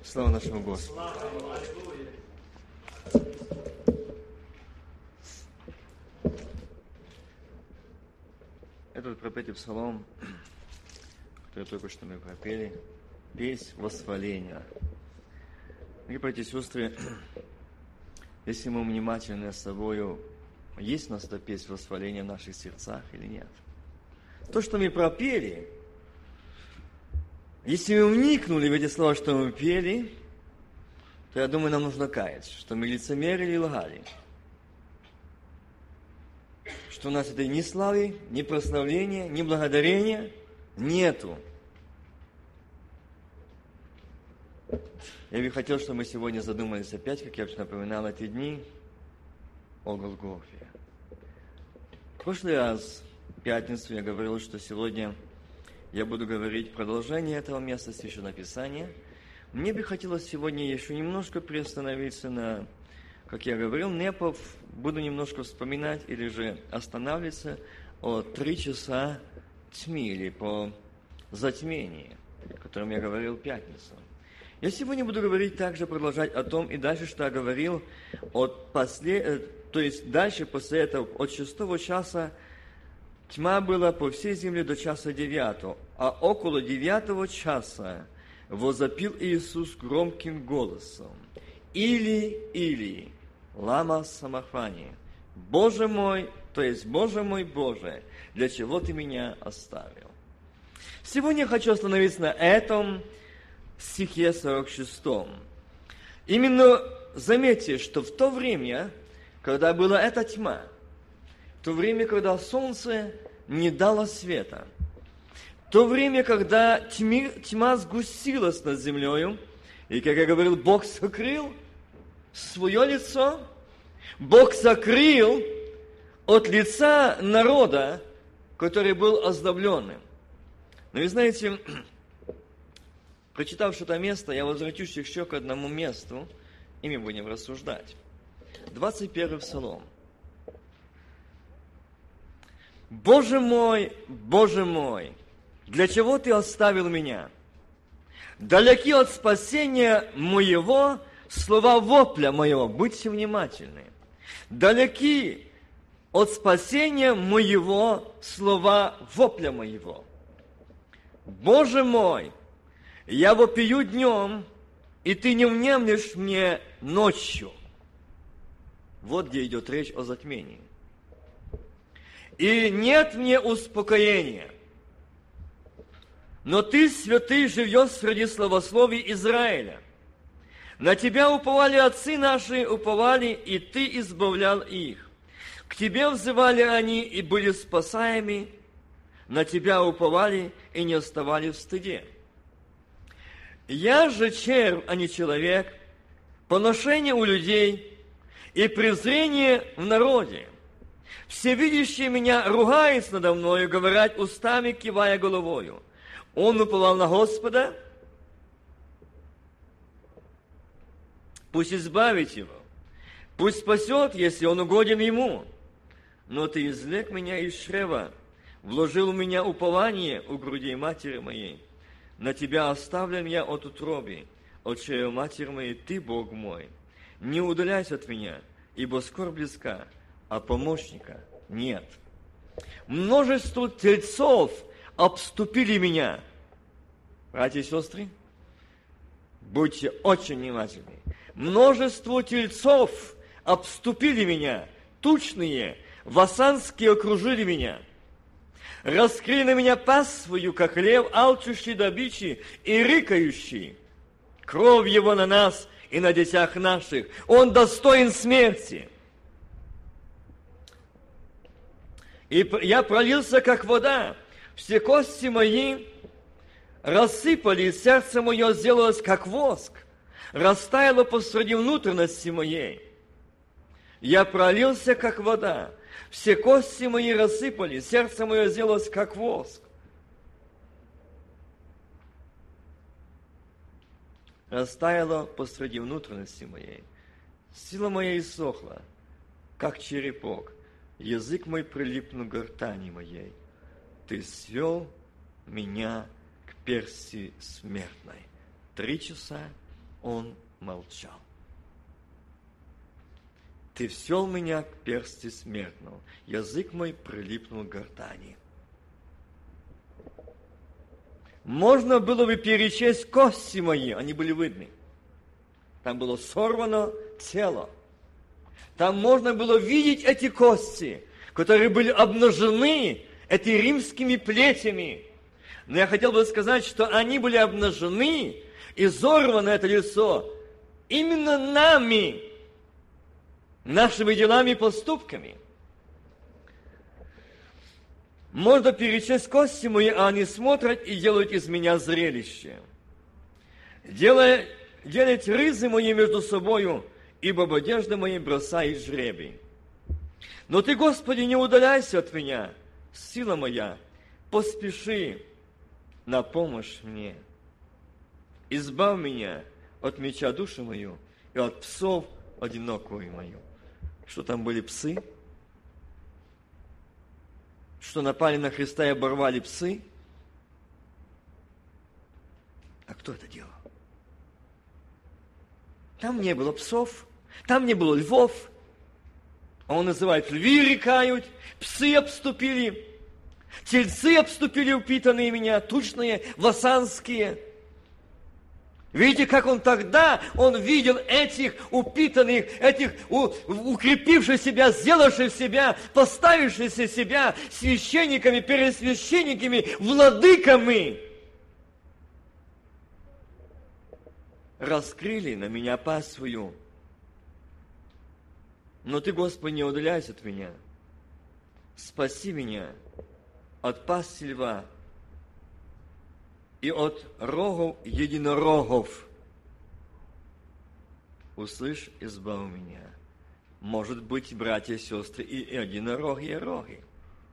Слава нашему Господу. Этот пропетый псалом, который только что мы пропели, песнь восхваления. И, братья и сестры, если мы внимательны с собою, есть у нас эта песнь восхваления в наших сердцах или нет? То, что мы пропели, если мы вникнули в эти слова, что мы пели, то, я думаю, нам нужно каяться, что мы лицемерили и лгали. Что у нас этой ни славы, ни прославления, ни благодарения нету. Я бы хотел, чтобы мы сегодня задумались опять, как я уже напоминал эти дни, о Голгофе. В прошлый раз, в пятницу, я говорил, что сегодня я буду говорить продолжение этого места, Священного Писания. Мне бы хотелось сегодня еще немножко приостановиться на, как я говорил, буду немножко вспоминать или же останавливаться о 3 часа тьмы или по затмении, о котором я говорил в пятницу. Я сегодня буду говорить также, продолжать о том и дальше, что я говорил, то есть дальше после этого, от 6 часа тьма была по всей земле до часа 9, а около 9 часа возопил Иисус громким голосом: «Или, лама самахвани, Боже мой, то есть Боже мой, Боже, для чего Ты меня оставил?» Сегодня я хочу остановиться на этом стихе 46. Именно заметьте, что в то время, когда была эта тьма, в то время, когда солнце не дало света, в то время, когда тьма сгустилась над землею, и, как я говорил, Бог сокрыл свое лицо, Бог сокрыл от лица народа, который был озлобленным. Но вы знаете, прочитав это место, я возвращусь еще к одному месту, и мы будем рассуждать. 21 Псалом. «Боже мой, для чего Ты оставил меня? Далеки от спасения моего слова вопля моего». Будьте внимательны. «Далеки от спасения моего слова вопля моего. Боже мой, я вопию днем, и Ты не внемлешь мне ночью». Вот где идет речь о затмении. «И нет мне успокоения. Но Ты, святый, живешь среди славословий Израиля. На Тебя уповали отцы наши, уповали, и Ты избавлял их. К Тебе взывали они, и были спасаемы. На Тебя уповали, и не оставали в стыде. Я же червь, а не человек, поношение у людей и презрение в народе. Всевидящий меня ругается надо мною, говорят устами, кивая головою. Он уповал на Господа, пусть избавит его, пусть спасет, если он угоден ему. Но Ты извлек меня из чрева, вложил в меня упование у грудей матери моей. На Тебя оставлен я от утроби, от чрева матери моей, Ты, Бог мой. Не удаляйся от меня, ибо скоро близка, а помощника нет. Множество тельцов обступили меня». Братья и сестры, будьте очень внимательны. «Множество тельцов обступили меня, тучные, васанские окружили меня. Раскрыли на меня пасть свою, как лев, алчущий добычи и рыкающий. Кровь его на нас и на детях наших. Он достоин смерти. И я пролился, как вода. Все кости мои рассыпались, сердце мое сделалось, как воск. Растаяло посреди внутренности моей. Я пролился, как вода. Все кости мои рассыпались, сердце мое сделалось, как воск. Растаяло посреди внутренности моей. Сила моя иссохла, как черепок. Язык мой прилипнул к гортани моей. Ты свел меня к персти смертной. 3 часа он молчал. Ты всел меня к персти смертному, язык мой прилипнул к гортани. Можно было бы перечесть кости мои, они были видны. Там было сорвано тело. Там можно было видеть эти кости, которые были обнажены этими римскими плетями. Но я хотел бы сказать, что они были обнажены, изорвано это лицо именно нами, нашими делами и поступками. Можно перечесть кости мои, а они смотрят и делают из меня зрелище. Делать рызы мои между собою, ибо об одежды моей бросает жребий. Но Ты, Господи, не удаляйся от меня, сила моя, поспеши на помощь мне. Избавь меня от меча душу мою и от псов одинокую мою. Что там были псы? Что напали на Христа и оборвали псы? А кто это делал? Там не было псов, там не было львов. А он называет: львы рекают, псы обступили, тельцы обступили упитанные меня, тучные, васанские. Видите, как он тогда, он видел этих упитанных, этих укрепивших себя, сделавших себя, поставивших себя священниками, пересвященниками, владыками. Раскрыли на меня пасть свою. Но Ты, Господи, не удаляйся от меня. Спаси меня от пасти льва и от рогов единорогов. Услышь, избавь меня. Может быть, братья и сестры, и единороги, и роги.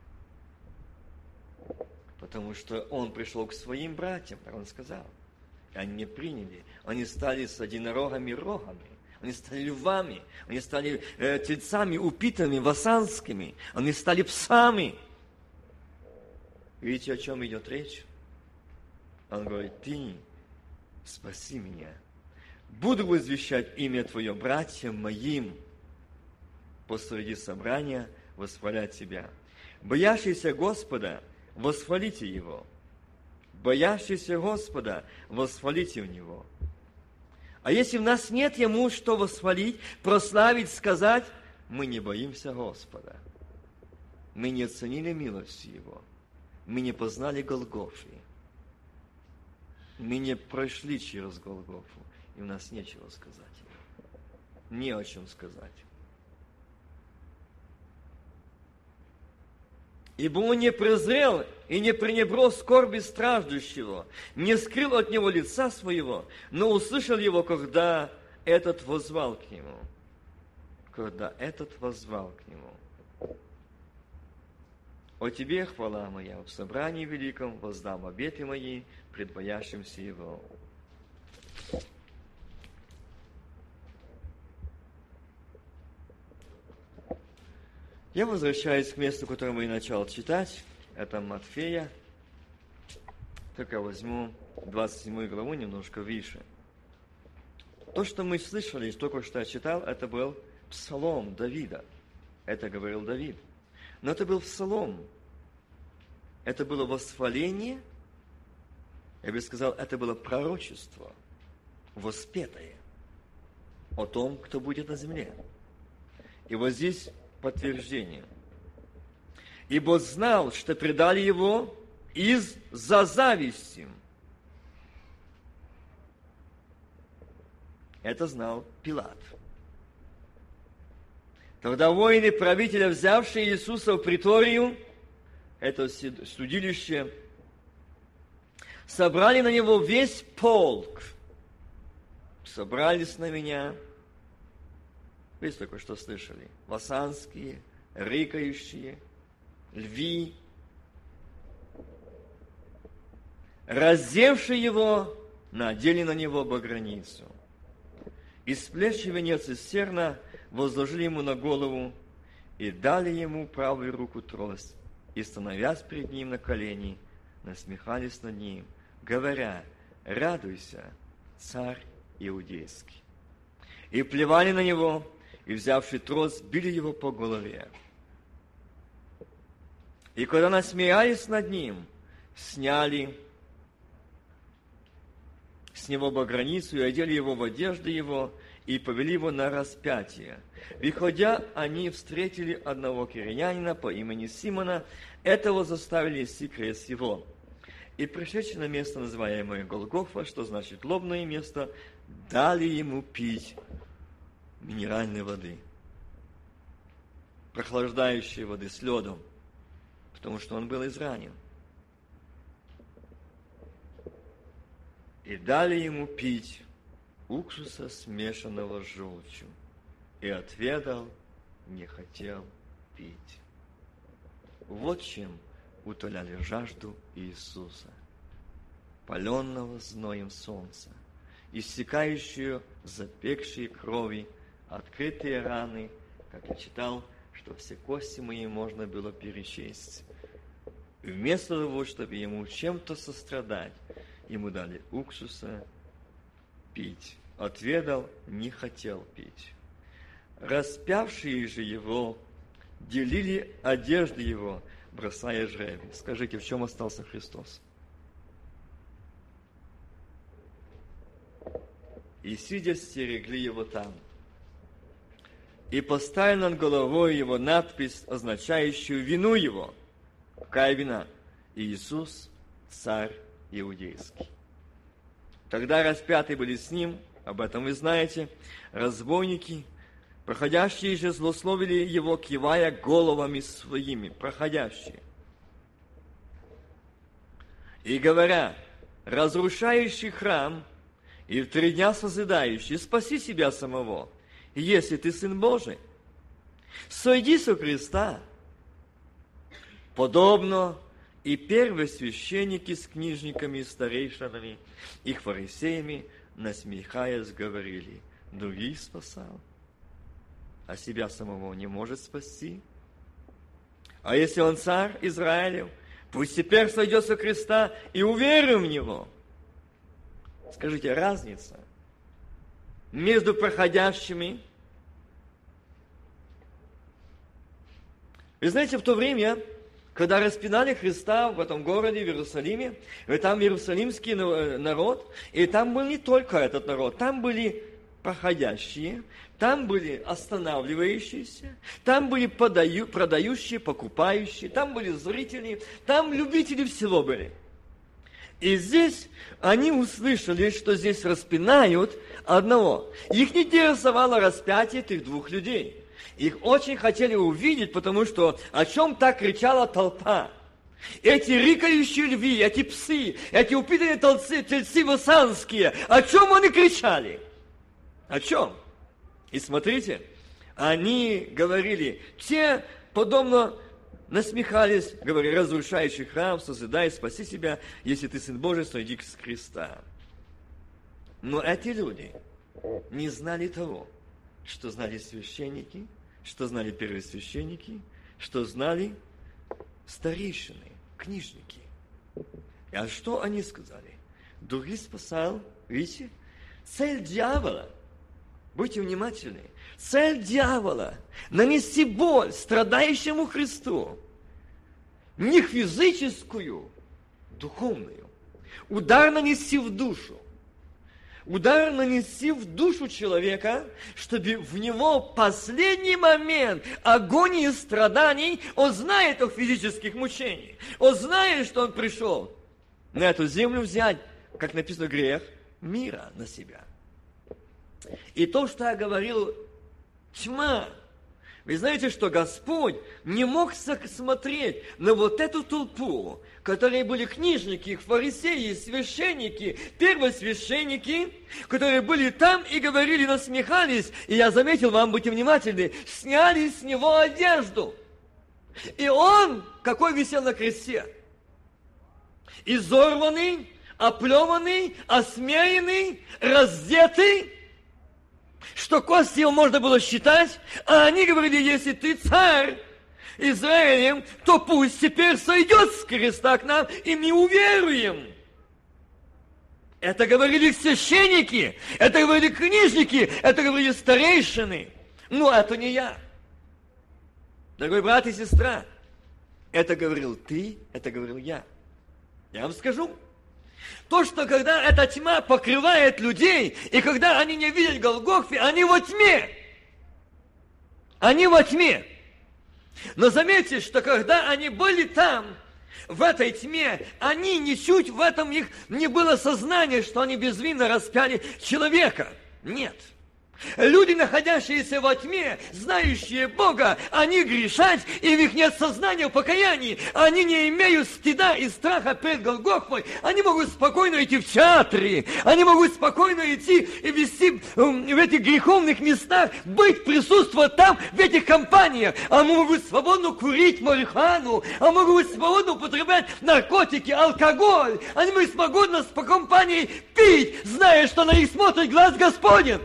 Потому что он пришел к своим братьям, как он сказал. И они не приняли. Они стали с единорогами рогами. Они стали львами. Они стали тельцами упитанными, васанскими. Они стали псами. Видите, о чем идет речь? Он говорит: Ты спаси меня. Буду возвещать имя Твое братьям моим. Посреди собрания восхвалять Тебя. Боящиеся Господа, восхвалите Его. Боящиеся Господа, восхвалите в Него. А если в нас нет Ему что восхвалить, прославить, сказать, мы не боимся Господа. Мы не оценили милости Его. Мы не познали Голгофы. Мы не прошли через Голгофу, и у нас нечего сказать. Не о чем сказать. Ибо он не презрел и не пренебрёг скорби страждущего, не скрыл от него лица своего, но услышал его, когда этот воззвал к нему. Когда этот воззвал к нему. О Тебе хвала моя, в собрании великом воздам обеты мои пред боящимся Его. Я возвращаюсь к месту, которое мы и начал читать. Это Матфея. Только возьму 27 главу немножко выше. То, что мы слышали, только что я читал, это был псалом Давида. Это говорил Давид. Но это был псалом. Это было восхваление. Я бы сказал, это было пророчество, воспетое о том, кто будет на земле. И вот здесь подтверждение. Ибо знал, что предали его из-за зависти. Это знал Пилат. Тогда воины правителя, взявшие Иисуса в приторию, это судилище, собрали на него весь полк. Собрались на меня. Вы только что слышали. Васанские, рыкающие, льви. Раздевшие его, надели на него багряницу. Из плечи венец из серна возложили ему на голову и дали ему правую руку трость, и, становясь перед ним на колени, насмехались над ним, говоря: «Радуйся, царь иудейский. И плевали на него, и, взявши трос, били его по голове. И когда насмеялись над ним, сняли с него баграницу и одели его в одежды его, и повели его на распятие. Выходя, они встретили одного киринянина по имени Симона, этого заставили нести крест его. И пришедши на место, называемое Голгофа, что значит лобное место, дали ему пить минеральной воды, прохлаждающей воды с ледом, потому что он был изранен. И дали ему пить уксуса, смешанного с желчью, и отведал, не хотел пить. Вот чем утоляли жажду Иисуса, паленного зноем солнца, иссякающую запекшие крови, открытые раны, как я читал, что все кости мои можно было перечесть. Вместо того, чтобы ему чем-то сострадать, ему дали уксуса пить. Отведал, не хотел пить. Распявшие же его делили одежды его, бросая жребий. Скажите, в чем остался Христос? И сидя стерегли его там. И поставили над головой его надпись, означающую вину его. Какая вина? Иисус, царь иудейский. Тогда распятые были с ним, об этом вы знаете, разбойники, проходящие же злословили его, кивая головами своими, проходящие. И говоря, разрушающий храм и в 3 дня созидающий, спаси себя самого, если ты Сын Божий, сойди со креста. Подобно и первосвященники с книжниками и старейшинами, и фарисеями, насмехаясь, говорили, других спасал, а себя самого не может спасти. А если он царь Израилев, пусть теперь сойдет со креста и уверуем в него. Скажите, разница между проходящими. Вы знаете, в то время, когда распинали Христа в этом городе, в Иерусалиме, и там иерусалимский народ, и там был не только этот народ, там были проходящие, там были останавливающиеся, там были продающие, покупающие, там были зрители, там любители всего были. И здесь они услышали, что здесь распинают одного. Их не интересовало распятие этих 2 людей. Их очень хотели увидеть, потому что о чем так кричала толпа? Эти рыкающие львы, эти псы, эти упитанные тельцы васанские, о чем они кричали? О чем? И смотрите, они говорили, те подобно насмехались, говоря, разрушающий храм, созидай, спаси себя, если ты Сын Божий, сойди с креста. Но эти люди не знали того, что знали священники, что знали первосвященники, что знали старейшины, книжники. А что они сказали? Других спасал, видите, цель дьявола, будьте внимательны, цель дьявола – нанести боль страдающему Христу, не физическую, духовную, удар нанести в душу. Удар нанести в душу человека, чтобы в него последний момент агонии и страданий, он знает о физических мучениях, он знает, что он пришел на эту землю взять, как написано, грех мира на себя. И то, что я говорил, тьма. Вы знаете, что Господь не мог смотреть на вот эту толпу, которые были книжники, фарисеи, священники, первосвященники, которые были там и говорили, насмехались, и я заметил, вам будьте внимательны, сняли с него одежду. И он, какой висел на кресте, изорванный, оплеванный, осмеянный, раздетый, что кости его можно было считать, а они говорили, если ты царь Израилем, то пусть теперь сойдет с креста к нам, и мы уверуем. Это говорили священники, это говорили книжники, это говорили старейшины. Но это не я. Дорогой брат и сестра, это говорил ты, это говорил я. Я вам скажу. То, что когда эта тьма покрывает людей, и когда они не видят Голгофы, они во тьме. Они во тьме. Но заметьте, что когда они были там, в этой тьме, они ничуть в этом их не было сознания, что они безвинно распяли человека. Нет. Люди, находящиеся во тьме, знающие Бога, они грешат, и в них нет сознания в покаянии. Они не имеют стыда и страха перед Голгофой. Они могут спокойно идти в театры, они могут спокойно идти и вести в этих греховных местах, быть, присутствовать там, в этих компаниях. Они могут свободно курить марихуану, они могут свободно употреблять наркотики, алкоголь. Они могут свободно с компанией пить, зная, что на них смотрит глаз Господень.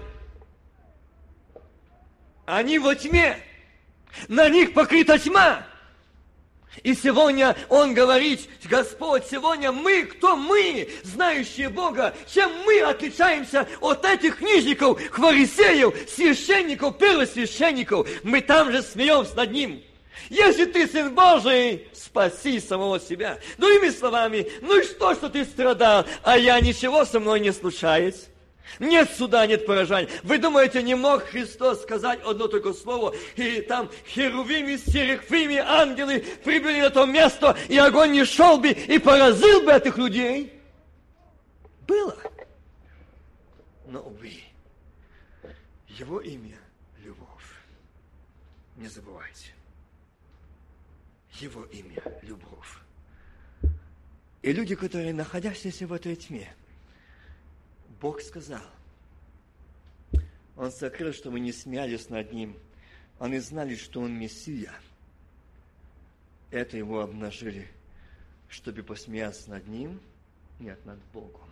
Они во тьме, на них покрыта тьма. И сегодня Он говорит, Господь, сегодня мы, кто мы, знающие Бога, чем мы отличаемся от этих книжников, фарисеев, священников, первосвященников. Мы там же смеемся над Ним. Если ты Сын Божий, спаси самого себя. Другими словами, ну и что ты страдал, а я ничего со мной не случается. Нет суда, нет поражения. Вы думаете, не мог Христос сказать одно только слово, и там херувими, серафими, ангелы прибыли на то место, и огонь не шел бы и поразил бы этих людей? Было. Но, увы, Его имя – любовь. Не забывайте. Его имя – любовь. И люди, которые находящиеся в этой тьме, Бог сказал, Он сокрыл, чтобы не смеялись над Ним. Они знали, что Он Мессия. Это Его обнажили, чтобы посмеяться над Ним, нет, над Богом.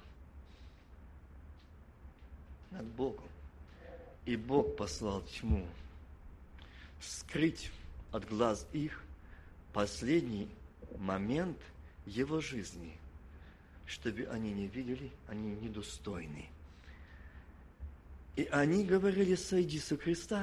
Над Богом. И Бог послал тьму скрыть от глаз их последний момент Его жизни, чтобы они не видели, они недостойны. И они говорили, сойди со креста.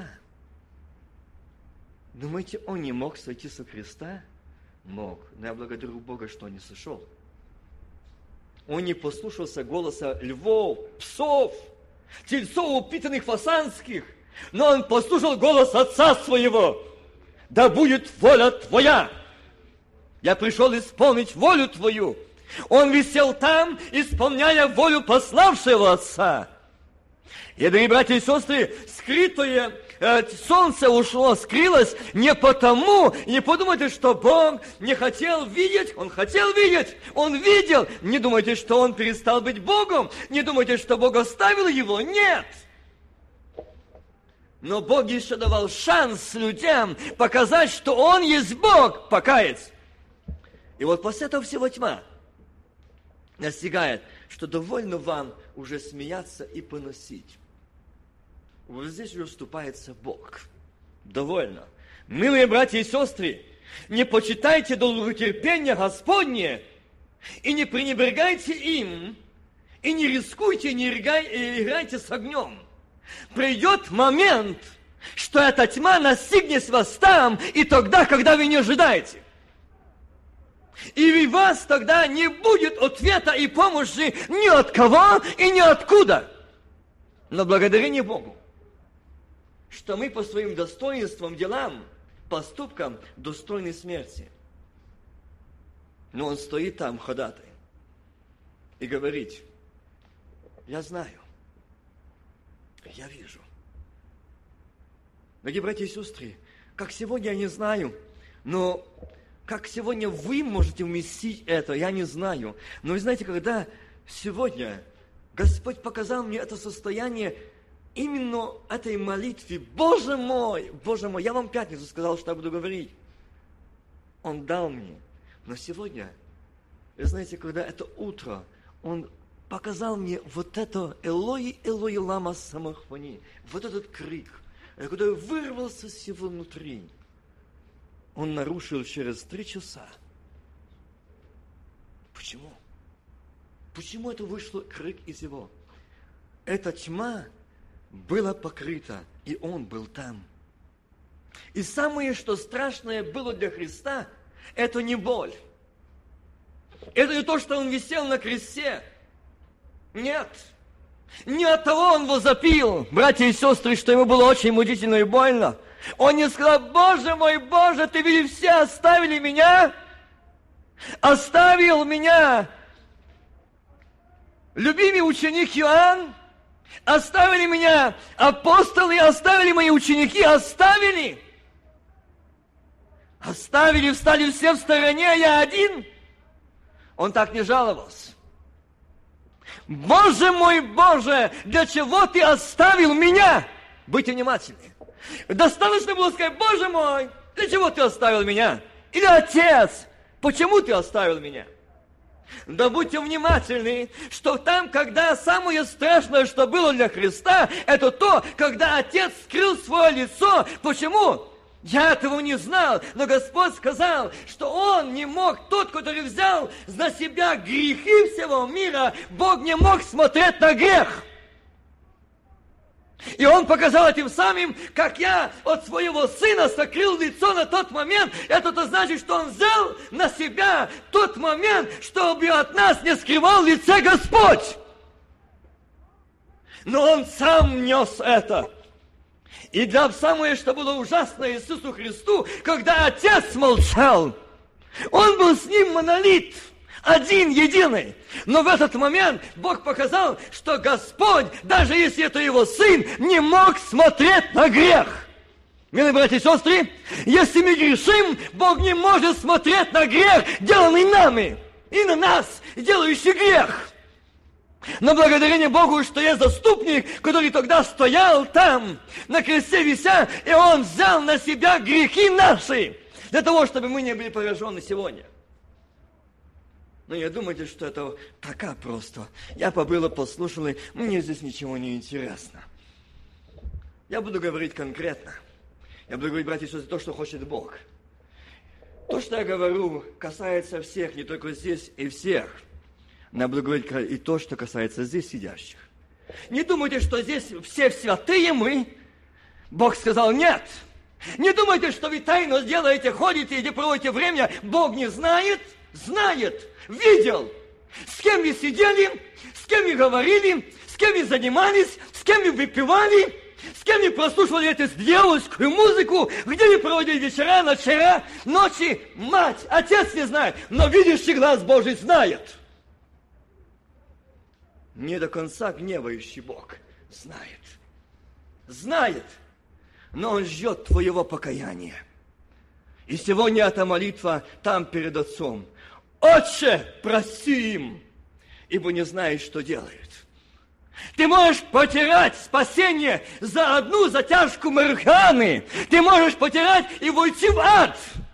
Думаете, Он не мог сойти со креста? Мог. Но я благодарю Бога, что Он не сошел. Он не послушался голоса львов, псов, тельцов упитанных фасанских, но Он послушал голос Отца Своего. Да будет воля Твоя. Я пришел исполнить волю Твою. Он висел там, исполняя волю пославшего Отца. И, дорогие братья и сестры, скрытое солнце ушло, скрылось не потому, не подумайте, что Бог не хотел видеть, Он хотел видеть, Он видел. Не думайте, что Он перестал быть Богом, не думайте, что Бог оставил Его, нет. Но Бог еще давал шанс людям показать, что Он есть Бог, покаяться. И вот после этого всего тьма настигает, что довольно вам уже смеяться и поносить. Вот здесь уже вступается Бог. Довольно. Милые братья и сестры, не почитайте долготерпения Господне и не пренебрегайте им, и не рискуйте, не играйте с огнем. Придет момент, что эта тьма настигнет вас там, и тогда, когда вы не ожидаете. И у вас тогда не будет ответа и помощи ни от кого и ни откуда. Но благодарение Богу, что мы по своим достоинствам, делам, поступкам достойны смерти. Но Он стоит там, ходатай, и говорит, я знаю, я вижу. Дорогие братья и сестры, как сегодня я не знаю, но как сегодня вы можете вместить это, я не знаю. Но вы знаете, когда сегодня Господь показал мне это состояние именно этой молитвы, Боже мой, я вам в пятницу сказал, что я буду говорить. Он дал мне. Но сегодня, вы знаете, когда это утро, Он показал мне вот это Элой, Элой, лама самахвани, вот этот крик, который вырвался с его внутри. Он нарушил через 3 часа. Почему? Почему это вышло крик из его? Эта тьма была покрыта, и он был там. И самое, что страшное было для Христа, это не боль. Это не то, что он висел на кресте. Нет. Не от того он возопил, братья и сестры, что ему было очень мучительно и больно. Он не сказал: Боже мой, Боже, ты видишь, все оставили меня. Оставил меня любимый ученик Иоанн. Оставили меня апостолы, оставили мои ученики, оставили. Оставили, встали все в стороне, а я один. Он так не жаловался. Боже мой, Боже, для чего ты оставил меня? Будьте внимательны. Достаточно было сказать: Боже мой, для чего ты оставил меня? Или Отец, почему ты оставил меня? Да будьте внимательны, что там, когда самое страшное, что было для Христа, это то, когда Отец скрыл свое лицо. Почему? Я этого не знал, но Господь сказал, что Он не мог, тот, который взял на себя грехи всего мира, Бог не мог смотреть на грех. И Он показал этим самым, как я от своего Сына сокрыл лицо на тот момент. Это значит, что Он взял на себя тот момент, чтобы от нас не скрывал лице Господь. Но Он сам нес это. И для самое, что было ужасно Иисусу Христу, когда Отец молчал, Он был с Ним монолит, один, единый. Но в этот момент Бог показал, что Господь, даже если это Его Сын, не мог смотреть на грех. Милые братья и сестры, если мы грешим, Бог не может смотреть на грех, деланный нами, и на нас, делающий грех. Но благодарение Богу, что есть заступник, который тогда стоял там, на кресте вися, и Он взял на себя грехи наши, для того, чтобы мы не были поражены сегодня. Но не думайте, что это пока просто. Я побыл, послушал, и мне здесь ничего не интересно. Я буду говорить конкретно. Я буду говорить, братья и сестры, то, что хочет Бог. То, что я говорю, касается всех, не только здесь и всех. Но я буду говорить и то, что касается здесь сидящих. Не думайте, что здесь все святые мы. Бог сказал: нет. Не думайте, что вы тайно делаете, ходите, где проводите время. Бог не знает. Знает. Видел. С кем вы сидели, с кем вы говорили, с кем вы занимались, с кем вы выпивали, с кем вы прослушивали эту дьявольскую музыку, где вы проводили вечера, ночи. Мать, Отец не знает, но видящий глаз Божий знает. Не до конца гневающий Бог знает. Знает, но Он ждет твоего покаяния. И сегодня эта молитва там перед Отцом. Отче, прости им, ибо не знаешь, что делают. Ты можешь потерять спасение за одну затяжку марихуаны. Ты можешь потерять и войти в ад.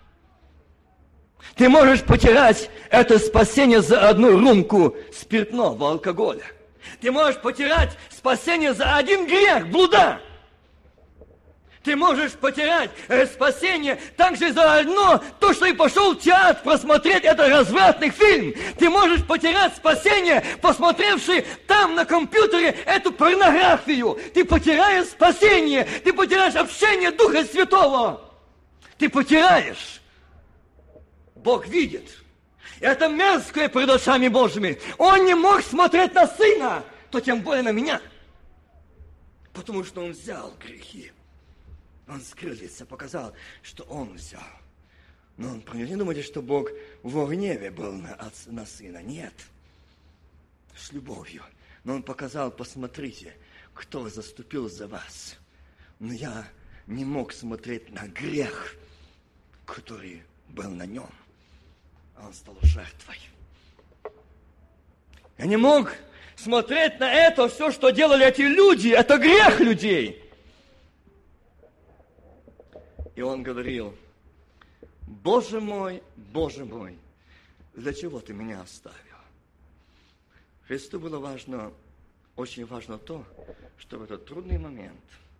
Ты можешь потерять это спасение за одну рюмку спиртного алкоголя. Ты можешь потерять спасение за один грех блуда. Ты можешь потерять спасение также за одно, то, что и пошел в театр просмотреть этот развратный фильм. Ты можешь потерять спасение, посмотревший там на компьютере эту порнографию. Ты потеряешь спасение, ты потеряешь общение Духа Святого. Ты потеряешь. Бог видит. Это мерзкое пред очами Божьими. Он не мог смотреть на Сына, то тем более на меня. Потому что Он взял грехи. Он скрыл лицо, показал, что Он взял. Но Он понял. Не думайте, что Бог во гневе был на Сына. Нет. С любовью. Но Он показал: посмотрите, кто заступил за вас. Но я не мог смотреть на грех, который был на Нем. Он стал жертвой. Я не мог смотреть на это все, что делали эти люди. Это грех людей. И Он говорил: Боже мой, для чего Ты меня оставил? Христу было важно, очень важно то, что в этот трудный момент,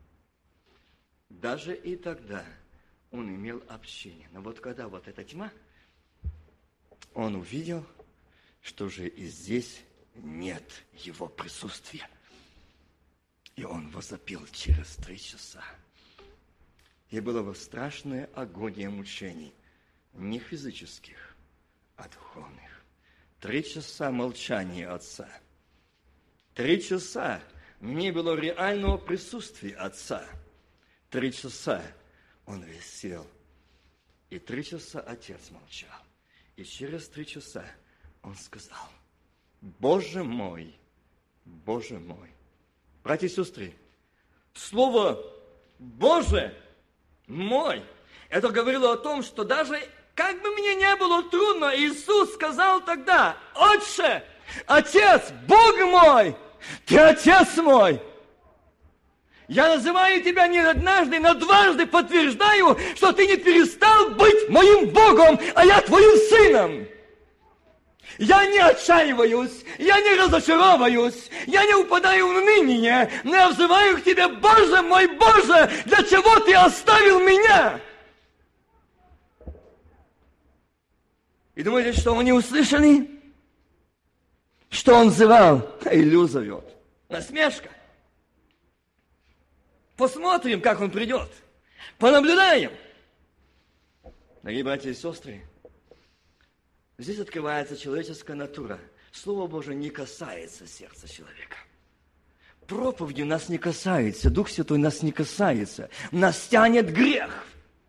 даже и тогда, Он имел общение. Но вот когда вот эта тьма, Он увидел, что же и здесь нет его присутствия. И он возопил через 3 часа. И была страшная агония мучений, не физических, а духовных. 3 часа молчания Отца. 3 часа не было реального присутствия Отца. 3 часа он висел. И 3 часа Отец молчал. И через 3 часа он сказал: Боже мой, Боже мой. Братья и сестры, слово «Боже мой» это говорило о том, что даже как бы мне не было трудно, Иисус сказал тогда: Отче, Отец, Бог мой, Ты Отец мой. Я называю Тебя не однажды, но дважды подтверждаю, что Ты не перестал быть моим Богом, а я Твоим Сыном. Я не отчаиваюсь, я не разочаровываюсь, я не упадаю в уныние, но я взываю к Тебе: Боже мой, Боже, для чего Ты оставил меня? И думаете, что вы не услышали? Что он взывал? Илью зовет. Насмешка. Посмотрим, как он придет. Понаблюдаем. Дорогие братья и сестры, здесь открывается человеческая натура. Слово Божие не касается сердца человека. Проповеди нас не касается, Дух Святой нас не касается. Нас тянет грех.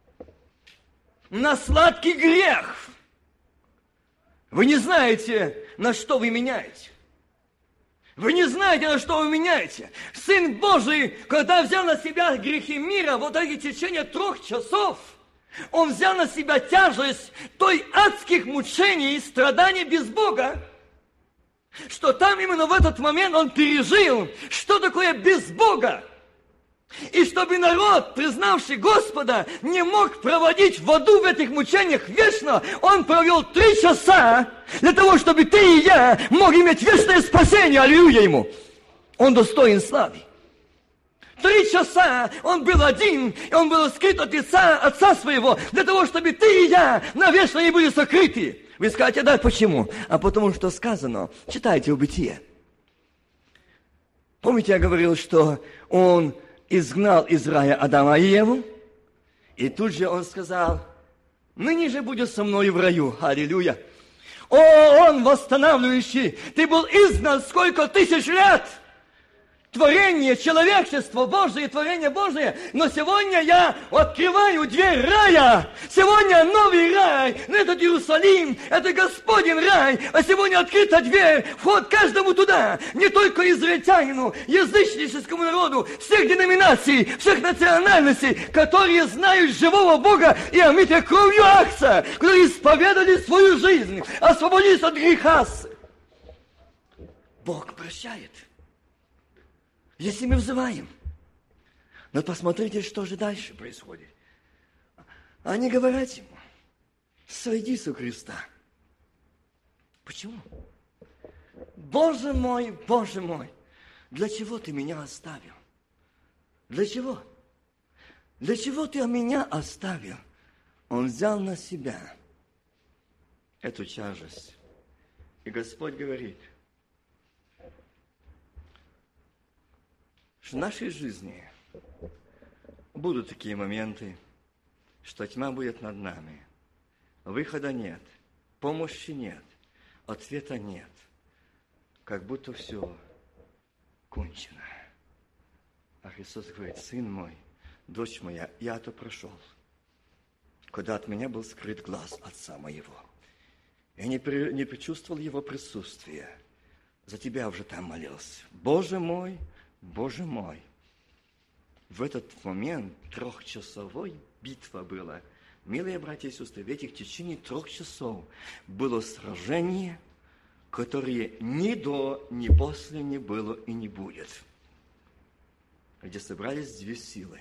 На сладкий грех. Вы не знаете, на что вы меняете. Вы не знаете, на что вы меняете. Сын Божий, когда взял на себя грехи мира, вот эти течение 3 часов, Он взял на себя тяжесть той адских мучений и страданий без Бога, что там именно в этот момент Он пережил, что такое без Бога. И чтобы народ, признавший Господа, не мог проводить в аду в этих мучениях вечно, Он провел 3 часа для того, чтобы ты и я могли иметь вечное спасение. Аллилуйя Ему. Он достоин славы. 3 часа Он был один, и Он был скрыт от лица Отца Своего, для того, чтобы ты и я навечно не были сокрыты. Вы скажете: да, почему? А потому что сказано, читайте в Бытие. Помните, я говорил, что Он изгнал из рая Адама и Еву, и тут же Он сказал: ныне же будешь со мной в раю. Аллилуйя. О, Он восстанавливающий, ты был изгнан сколько 1000 лет. Творение, человечество Божие, творение Божие. Но сегодня я открываю дверь рая. Сегодня новый рай. Этот Иерусалим, это Господень рай. А сегодня открыта дверь. Вход каждому туда. Не только израильтянину, язычническому народу, всех деноминаций, всех национальностей, которые знают живого Бога и омыты кровью Агнца, которые исповедали свою жизнь, освободились от греха. Бог прощает. Если мы взываем. Но посмотрите, что же дальше происходит. Они говорят ему: сойди со креста. Почему? Боже мой, для чего ты меня оставил? Для чего? Для чего ты меня оставил? Он взял на себя эту тяжесть. И Господь говорит, что в нашей жизни будут такие моменты, что тьма будет над нами, выхода нет, помощи нет, ответа нет, как будто все кончено. А Христос говорит: сын мой, дочь моя, я это прошел, когда от меня был скрыт глаз Отца моего. Я не почувствовал Его присутствия, за тебя уже там молился. Боже мой, в этот момент 3-часовой битва была. Милые братья и сестры, в этих течение 3 часов было сражение, которое ни до, ни после не было и не будет. Где собрались 2 силы.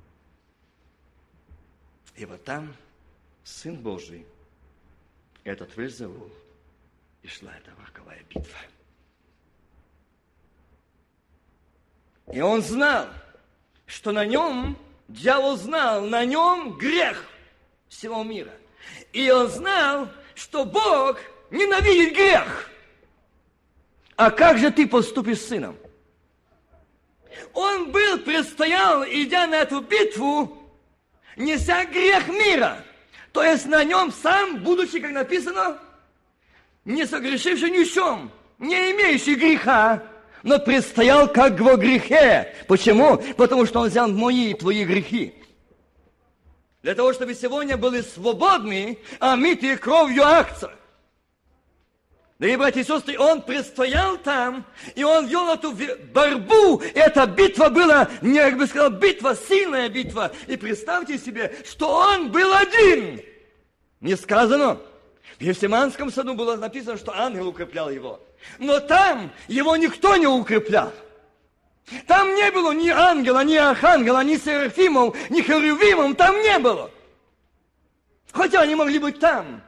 И вот там Сын Божий, этот Вельзевул, и шла эта роковая битва. И он знал, что на нем, дьявол знал, на нем грех всего мира. И он знал, что Бог ненавидит грех. а как же ты поступишь с сыном? Он предстоял, идя на эту битву, неся грех мира. То есть на нем сам, будучи, как написано, не согрешивший ни в чем, не имеющий греха, но предстоял как во грехе. Почему? Потому что он взял мои и твои грехи. Для того, чтобы сегодня были свободны, омытые кровью Агнца. Дорогие братья и сестры, он предстоял там, и он вел эту борьбу. Эта битва была, я бы сказал, битва, сильная битва. И представьте себе, что он был один. Не сказано. В Гефсиманском саду было написано, что ангел укреплял его. Но там его никто не укреплял. Там не было ни ангела, ни архангела, ни серафимов, ни херувимов, там не было. Хотя они могли быть там.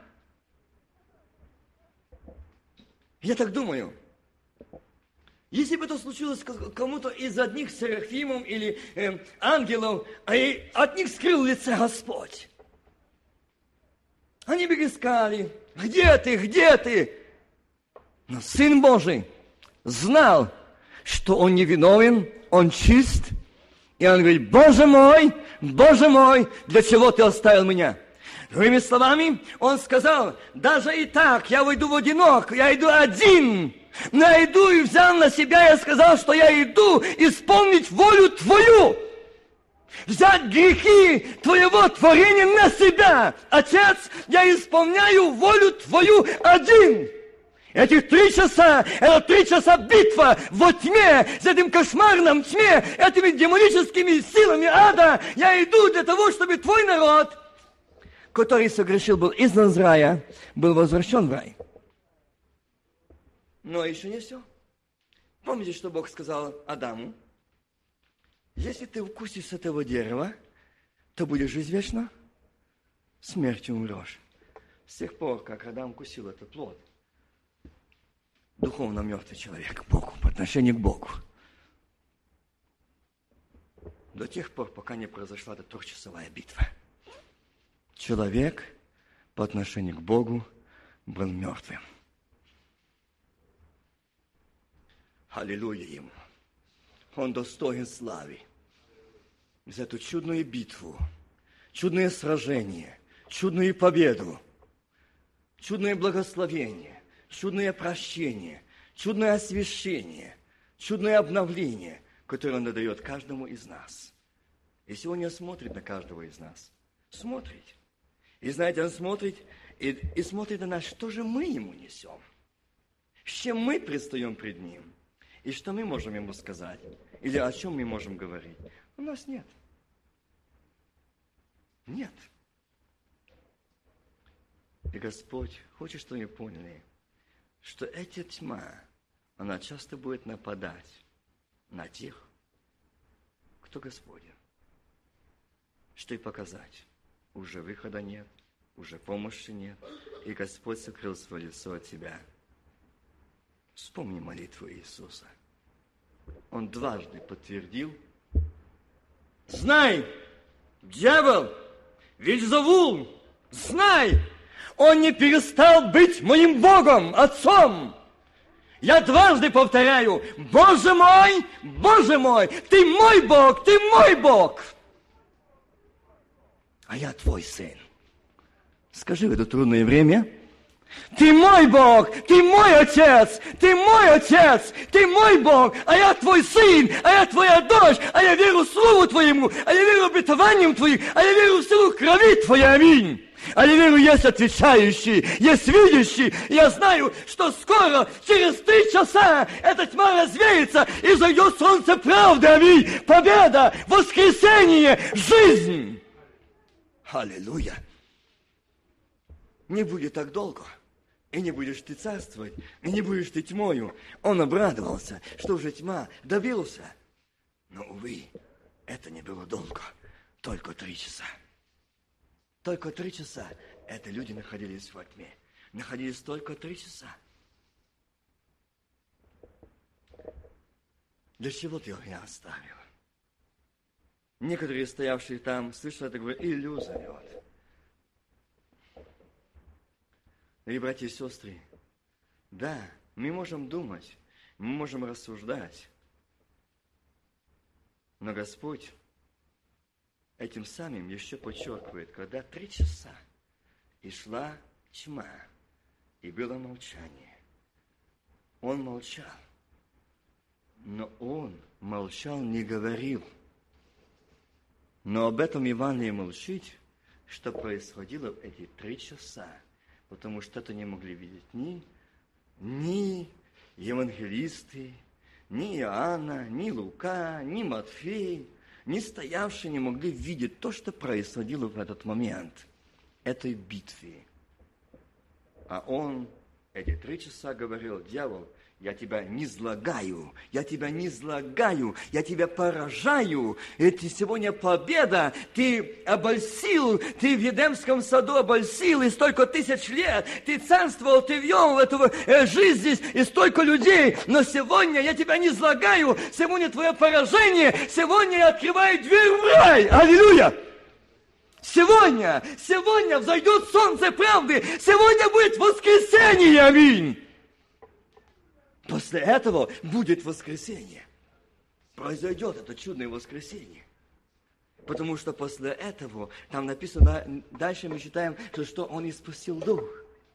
Я так думаю, если бы это случилось кому-то из одних серафимов или ангелов, и от них скрыл лице Господь, они бы искали, где ты, где ты? Но Сын Божий знал, что он невиновен, он чист, и он говорит: Боже мой, для чего ты оставил меня? Другими словами, он сказал: даже и так, я выйду в одинок, я иду один, но я иду и взял на себя, я сказал, что я иду исполнить волю твою, взять грехи твоего творения на себя. Отец, я исполняю волю твою один. Этих 3 часа, это 3 часа битва во тьме, с этим кошмарном тьме, этими демоническими силами ада. Я иду для того, чтобы твой народ, который согрешил, был изгнан из рая, был возвращен в рай. Но еще не все. Помните, что Бог сказал Адаму? Если ты вкусишь с этого дерева, то будешь жить вечно, смертью умрешь. С тех пор, как Адам вкусил этот плод, духовно мертвый человек к Богу, по отношению к Богу. До тех пор, пока не произошла эта 3-часовая битва. Человек по отношению к Богу был мертвым. Аллилуйя ему. Он достоин славы. За эту чудную битву, чудное сражение, чудную победу, чудное благословение, чудное прощение, чудное освящение, чудное обновление, которое Он дает каждому из нас. И сегодня Он смотрит на каждого из нас. Смотрит. И знаете, Он смотрит и смотрит на нас, что же мы Ему несем. С чем мы предстаем пред Ним. И что мы можем Ему сказать. Или о чем мы можем говорить. У нас нет. Нет. И Господь хочет, чтобы мы поняли, что эта тьма, она часто будет нападать на тех, кто Господен. Что и показать. Уже выхода нет, уже помощи нет, и Господь сокрыл свое лицо от тебя. Вспомни молитву Иисуса. Он дважды подтвердил: знай, дьявол, Вельзевул, знай, он не перестал быть моим Богом, Отцом. Я дважды повторяю: Боже мой, ты мой Бог, ты мой Бог. А я твой сын. Скажи в это трудное время: ты мой Бог, ты мой Отец, ты мой Отец, ты мой Бог, а я твой сын, а я твоя дочь, а я верю Слову Твоему, а я верю обетованиям Твоим, а я верю в силу крови Твоей, аминь. А я верю, есть отвечающий, есть видящий. Я знаю, что скоро, через 3 часа, эта тьма развеется, и зайдет солнце правды, аминь. Победа, воскресение, жизнь. Аллилуйя. Не будет так долго, и не будешь ты царствовать, и не будешь ты тьмою. Он обрадовался, что уже тьма, добился. Но, увы, это не было долго, только 3 часа. Только 3 часа это люди находились во тьме. Находились только 3 часа. Для чего ты меня оставил? Некоторые, стоявшие там, слышали это, говорят: Илью зовет. И, братья и сестры, да, мы можем думать, Мы можем рассуждать. Но Господь этим самым еще подчеркивает, когда 3 часа и шла тьма, и было молчание. Он молчал. Но он молчал, не говорил. Но об этом Евангелие молчит, что происходило в эти 3 часа. Потому что это не могли видеть ни евангелисты, ни Иоанна, ни Лука, ни Матфей, ни стоявшие не могли видеть то, что происходило в этот момент, этой битвы. А он эти 3 часа говорил: дьявол, я тебя низлагаю, я тебя поражаю. Это сегодня победа, ты обольстил, ты в Едемском саду обольстил, и столько 1000 лет ты царствовал, ты вел эту жизнь здесь, и столько людей, но сегодня я тебя низлагаю, сегодня твое поражение, сегодня я открываю дверь в рай, аллилуйя! Сегодня взойдет солнце правды, сегодня будет воскресенье, аминь! После этого будет воскресенье. Произойдет это чудное воскресенье. Потому что после этого, там написано, дальше мы читаем, что он испустил дух.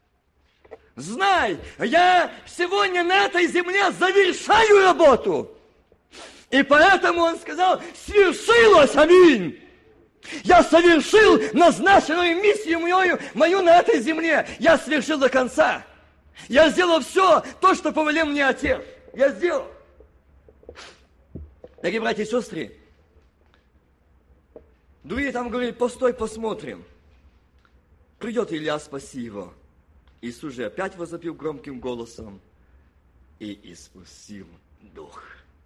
Знай, я сегодня на этой земле завершаю работу. И поэтому он сказал: свершилось, аминь. Я совершил назначенную миссию мою на этой земле. Я совершил до конца. Я сделал все то, что повелел мне Отец. Я сделал. Дорогие братья и сестры, другие там говорили: постой, посмотрим. Придет Илья, спаси его. Иисус же опять возопил громким голосом и испустил дух.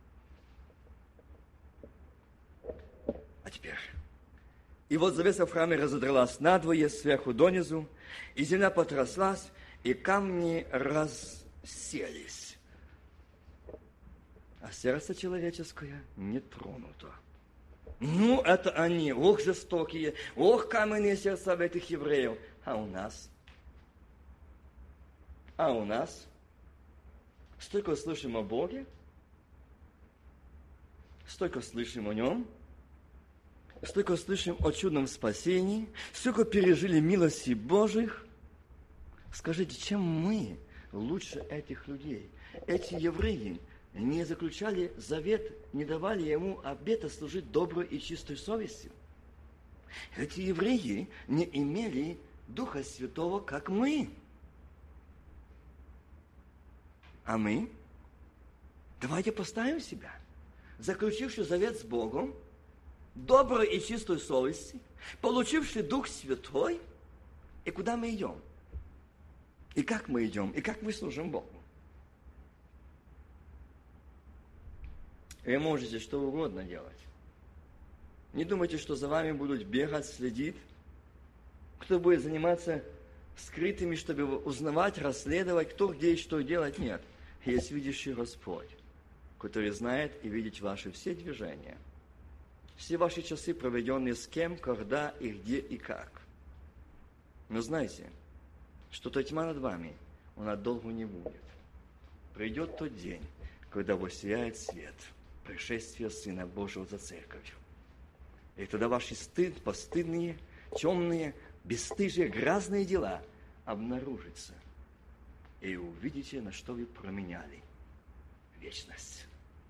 А теперь. И вот завеса в храме разодралась надвое сверху донизу, и земля потряслась, и камни расселись. А сердце человеческое не тронуто. Ну, это они, ох, жестокие, ох, каменные сердца этих евреев. А у нас? Столько слышим о Боге, столько слышим о Нем, столько слышим о чудном спасении, столько пережили милости Божьих. Скажите, чем мы лучше этих людей? Эти евреи не заключали завет, не давали ему обета служить доброй и чистой совестью. Эти евреи не имели Духа Святого, как мы. А мы? Давайте поставим себя, заключивший завет с Богом, доброй и чистой совести, получивший Дух Святой, и куда мы идем? И как мы идем? И как мы служим Богу? Вы можете что угодно делать. Не думайте, что за вами будут бегать, следить. Кто будет заниматься скрытыми, чтобы узнавать, расследовать, кто где и что делать. Нет. Есть видящий Господь, который знает и видит ваши все движения. Все ваши часы, проведенные с кем, когда и где и как. Но знайте, что та тьма над вами, она долго не будет. Придет тот день, когда воссияет свет, пришествие Сына Божьего за церковью. И тогда ваши постыдные, темные, бесстыжие, грязные дела обнаружатся. И увидите, на что вы променяли вечность.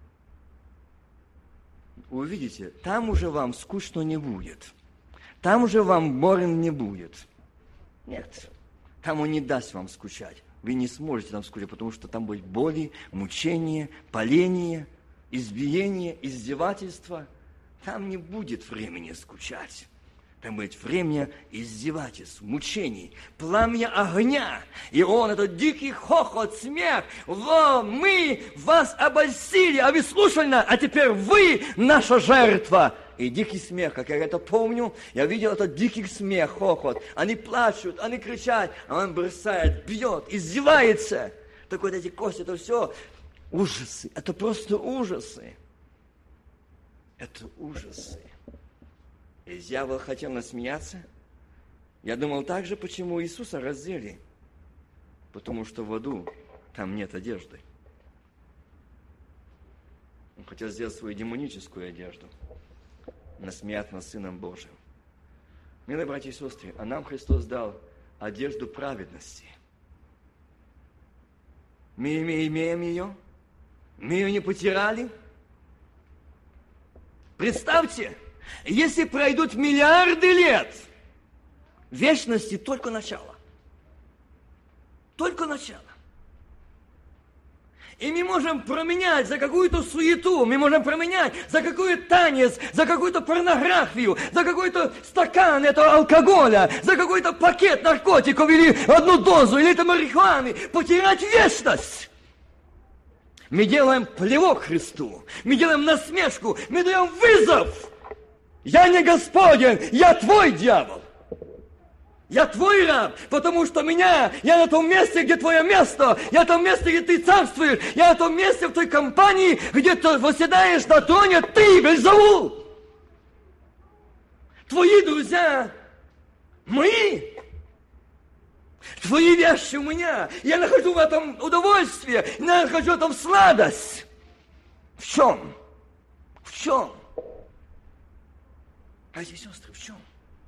Увидите, там уже вам скучно не будет. Там уже вам борен не будет. Нет. Там он не даст вам скучать. Вы не сможете там скучать, потому что там будет боли, мучения, паление, избиение, издевательство. Там не будет времени скучать. Там будет время издевательств, мучений, пламя огня. И он, этот дикий хохот, смех. Мы вас обольстили, а вы слушали, а теперь вы наша жертва. И дикий смех, как я это помню, я видел этот дикий смех, хохот. Они плачут, они кричат, а он бросает, бьет, издевается. Так вот эти кости, это все ужасы. Это просто ужасы. Это ужасы. И дьявол хотел насмеяться. Я думал так же, почему Иисуса раздели. Потому что в аду там нет одежды. Он хотел сделать свою демоническую одежду, насмеяться над Сыном Божьим. Милые братья и сестры, а нам Христос дал одежду праведности. Мы имеем ее, мы ее не потеряли. Представьте, если пройдут миллиарды лет, вечности только начало. Только начало. И мы можем променять за какую-то суету, мы можем променять за какой-то танец, за какую-то порнографию, за какой-то стакан этого алкоголя, за какой-то пакет наркотиков или одну дозу, или это марихуаны, потерять вечность. Мы делаем плевок Христу, мы делаем насмешку, мы даем вызов. Я не Господен, я твой дьявол. Я твой раб, потому что я на том месте, где твое место, я на том месте, где ты царствуешь, я на том месте, в той компании, где ты восседаешь на троне, ты, Вельзевул. Твои друзья мои, твои вещи у меня, я нахожу в этом удовольствие, я нахожу в этом сладость. В чем? В чем? Братья и сестры, в чем?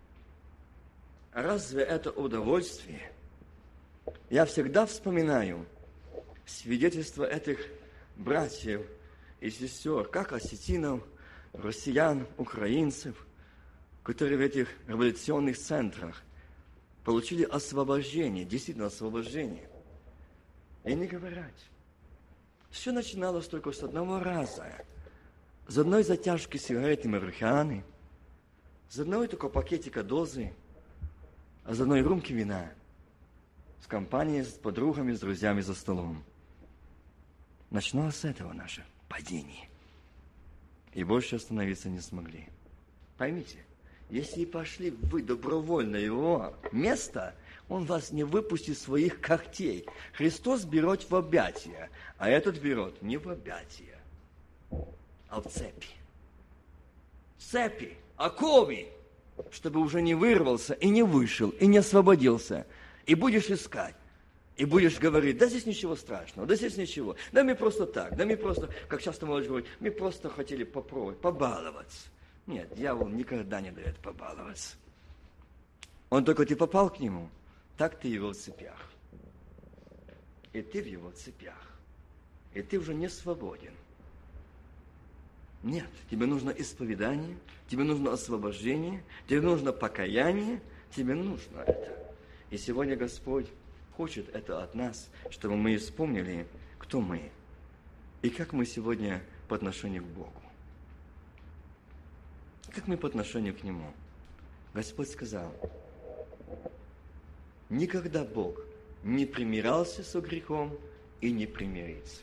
Разве это удовольствие? Я всегда вспоминаю свидетельства этих братьев и сестер, как осетинов, россиян, украинцев, которые в этих революционных центрах получили освобождение, действительно освобождение. И не говорят. Все начиналось только с одного раза. С одной затяжки сигареты марихуаны, с одного только пакетика дозы, а с одной рюмки вина, с компанией, с подругами, с друзьями за столом. Начиналось с этого наше падение. И больше остановиться не смогли. Поймите, если и пошли вы добровольно его место, он вас не выпустит своих когтей. Христос берет в объятия, а этот берет не в объятия, а в цепи. Цепи, оковы, чтобы уже не вырвался, и не вышел, и не освободился. И будешь искать, и будешь говорить, да здесь ничего страшного, да здесь ничего, да мы просто так, да мы просто, как часто молодежь говорит, мы просто хотели попробовать, побаловаться. Нет, дьявол никогда не дает побаловаться. Он только ты попал к нему, так ты его в цепях. И ты в его цепях. И ты уже не свободен. Нет, тебе нужно исповедание, тебе нужно освобождение, тебе нужно покаяние, тебе нужно это. И сегодня Господь хочет это от нас, чтобы мы вспомнили, кто мы и как мы сегодня по отношению к Богу. Как мы по отношению к Нему. Господь сказал, никогда Бог не примирялся со грехом и не примирится.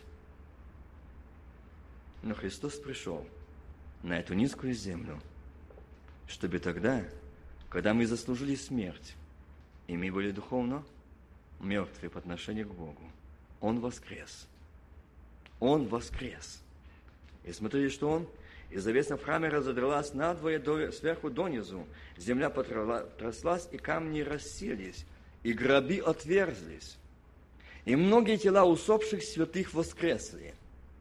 Но Христос пришел на эту низкую землю, чтобы тогда, когда мы заслужили смерть, и мы были духовно мертвы по отношению к Богу, Он воскрес. Он воскрес. И смотрите, что Он, и завеса в храме разодралась надвое сверху донизу, земля потряслась, и камни рассеялись, и гробы отверзлись, и многие тела усопших святых воскресли.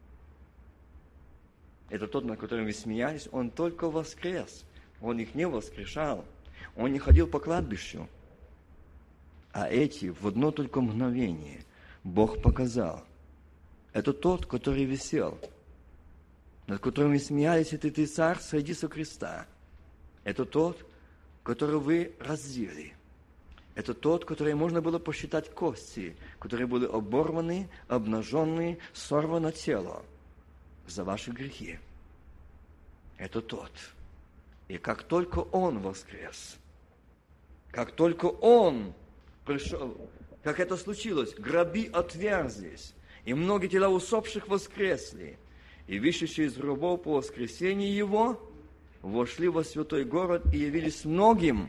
Это тот, над которым вы смеялись, он только воскрес. Он их не воскрешал. Он не ходил по кладбищу. А эти в одно только мгновение Бог показал. Это тот, который висел, над которым вы смеялись, это ты царь, сойди со креста. Это тот, которого вы раздели. Это тот, который можно было посчитать кости, которые были оборваны, обнаженные, сорвано тело за ваши грехи. Это тот. И как только Он воскрес, как только Он пришел, как это случилось, гробы отверзлись, и многие тела усопших воскресли, и вышедшие из гробов по воскресении Его вошли во святой город и явились многим.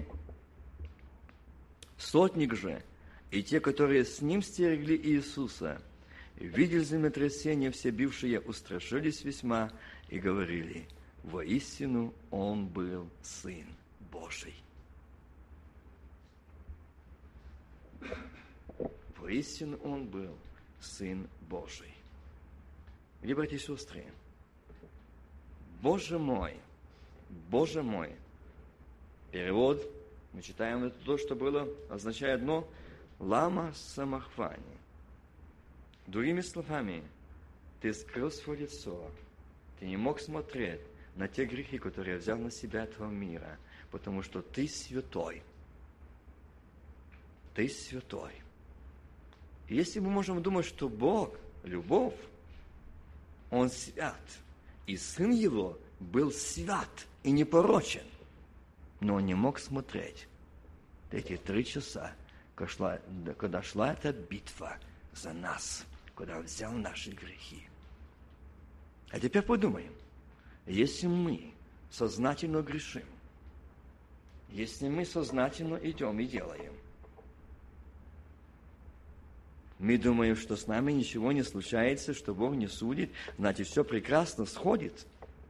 Сотник же и те, которые с Ним стерегли Иисуса, видели землетрясение, все бившие, устрашились весьма и говорили, воистину Он был Сын Божий. Воистину Он был Сын Божий. Где, братья и сестры, Боже мой, Боже мой. Перевод, мы читаем это то, что было, означает одно: лама самахвани. Другими словами, ты скрыл свое лицо, ты не мог смотреть на те грехи, которые взял на себя этого мира, потому что ты святой. Ты святой. И если мы можем думать, что Бог – любовь, Он свят, и Сын Его был свят и непорочен, но Он не мог смотреть эти 3 часа, когда шла эта битва за нас, когда Он взял наши грехи. А теперь подумаем, если мы сознательно грешим, если мы сознательно идем и делаем, мы думаем, что с нами ничего не случается, что Бог не судит, значит, все прекрасно сходит.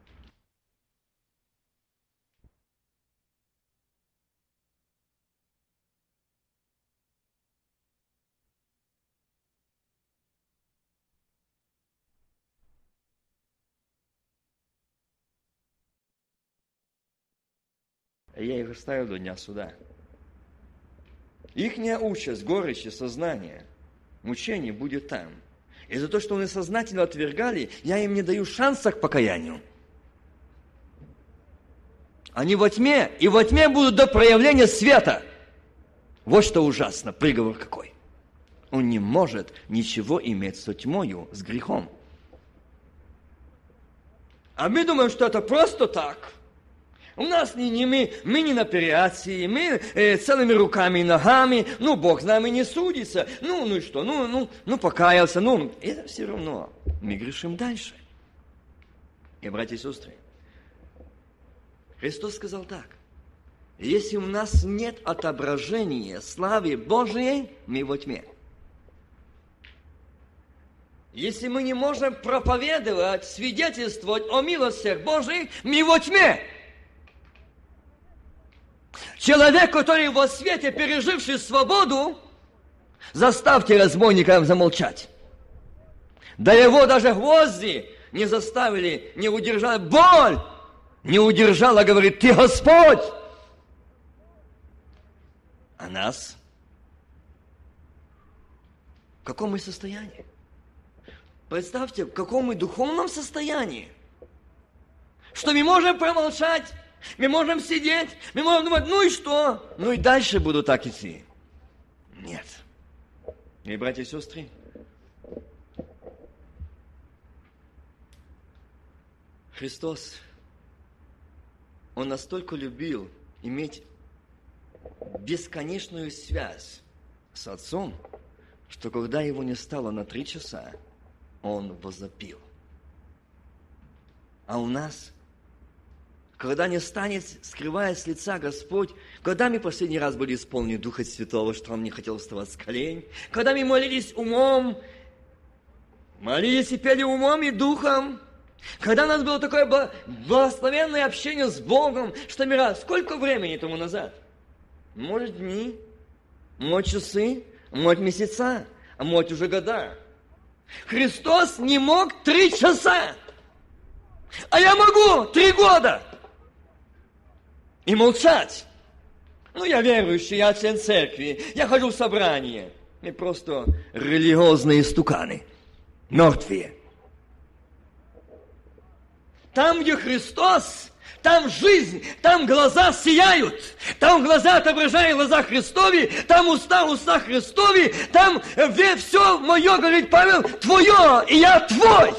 Я их оставил до дня суда. Ихняя участь, горечь и сознание, мучение будет там. И за то, что они сознательно отвергали, я им не даю шанса к покаянию. Они во тьме, и во тьме будут до проявления света. Вот что ужасно, приговор какой. Он не может ничего иметь с тьмою, с грехом. А мы думаем, что это просто так. У нас мы не на операции, мы целыми руками и ногами, Бог с нами не судится, и что, покаялся, это все равно, мы грешим дальше. И, братья и сестры, Христос сказал так: если у нас нет отображения славы Божией, мы во тьме. Если мы не можем проповедовать, свидетельствовать о милостях Божьих, мы во тьме. Человек, который во свете, переживший свободу, заставьте разбойника замолчать. Да его даже гвозди не заставили, не удержали. Боль не удержала, говорит: ты Господь. А нас? В каком мы состоянии? Представьте, в каком мы духовном состоянии. Что мы можем промолчать, мы можем сидеть, мы можем думать, и что? И дальше буду так идти. Нет. И, братья и сестры, Христос, Он настолько любил иметь бесконечную связь с Отцом, что когда Его не стало на 3 часа, Он возопил. А у нас, когда не станет, скрывая с лица Господь, когда мы последний раз были исполнены Духа Святого, что Он не хотел вставать с колен, когда мы молились умом, молились и пели умом и духом, когда у нас было такое благословенное общение с Богом, что мы раз, сколько времени тому назад? Может, дни, может, часы, может, месяца, а может, уже года. Христос не мог 3 часа, а я могу 3 года. И молчать. Я верующий, я член церкви, я хожу в собрание. Мы просто религиозные стуканы, мертвые. Там, где Христос, там жизнь, там глаза сияют, там глаза отображают глаза Христови, там уста Христови, там все мое, говорит Павел, твое, и я твой.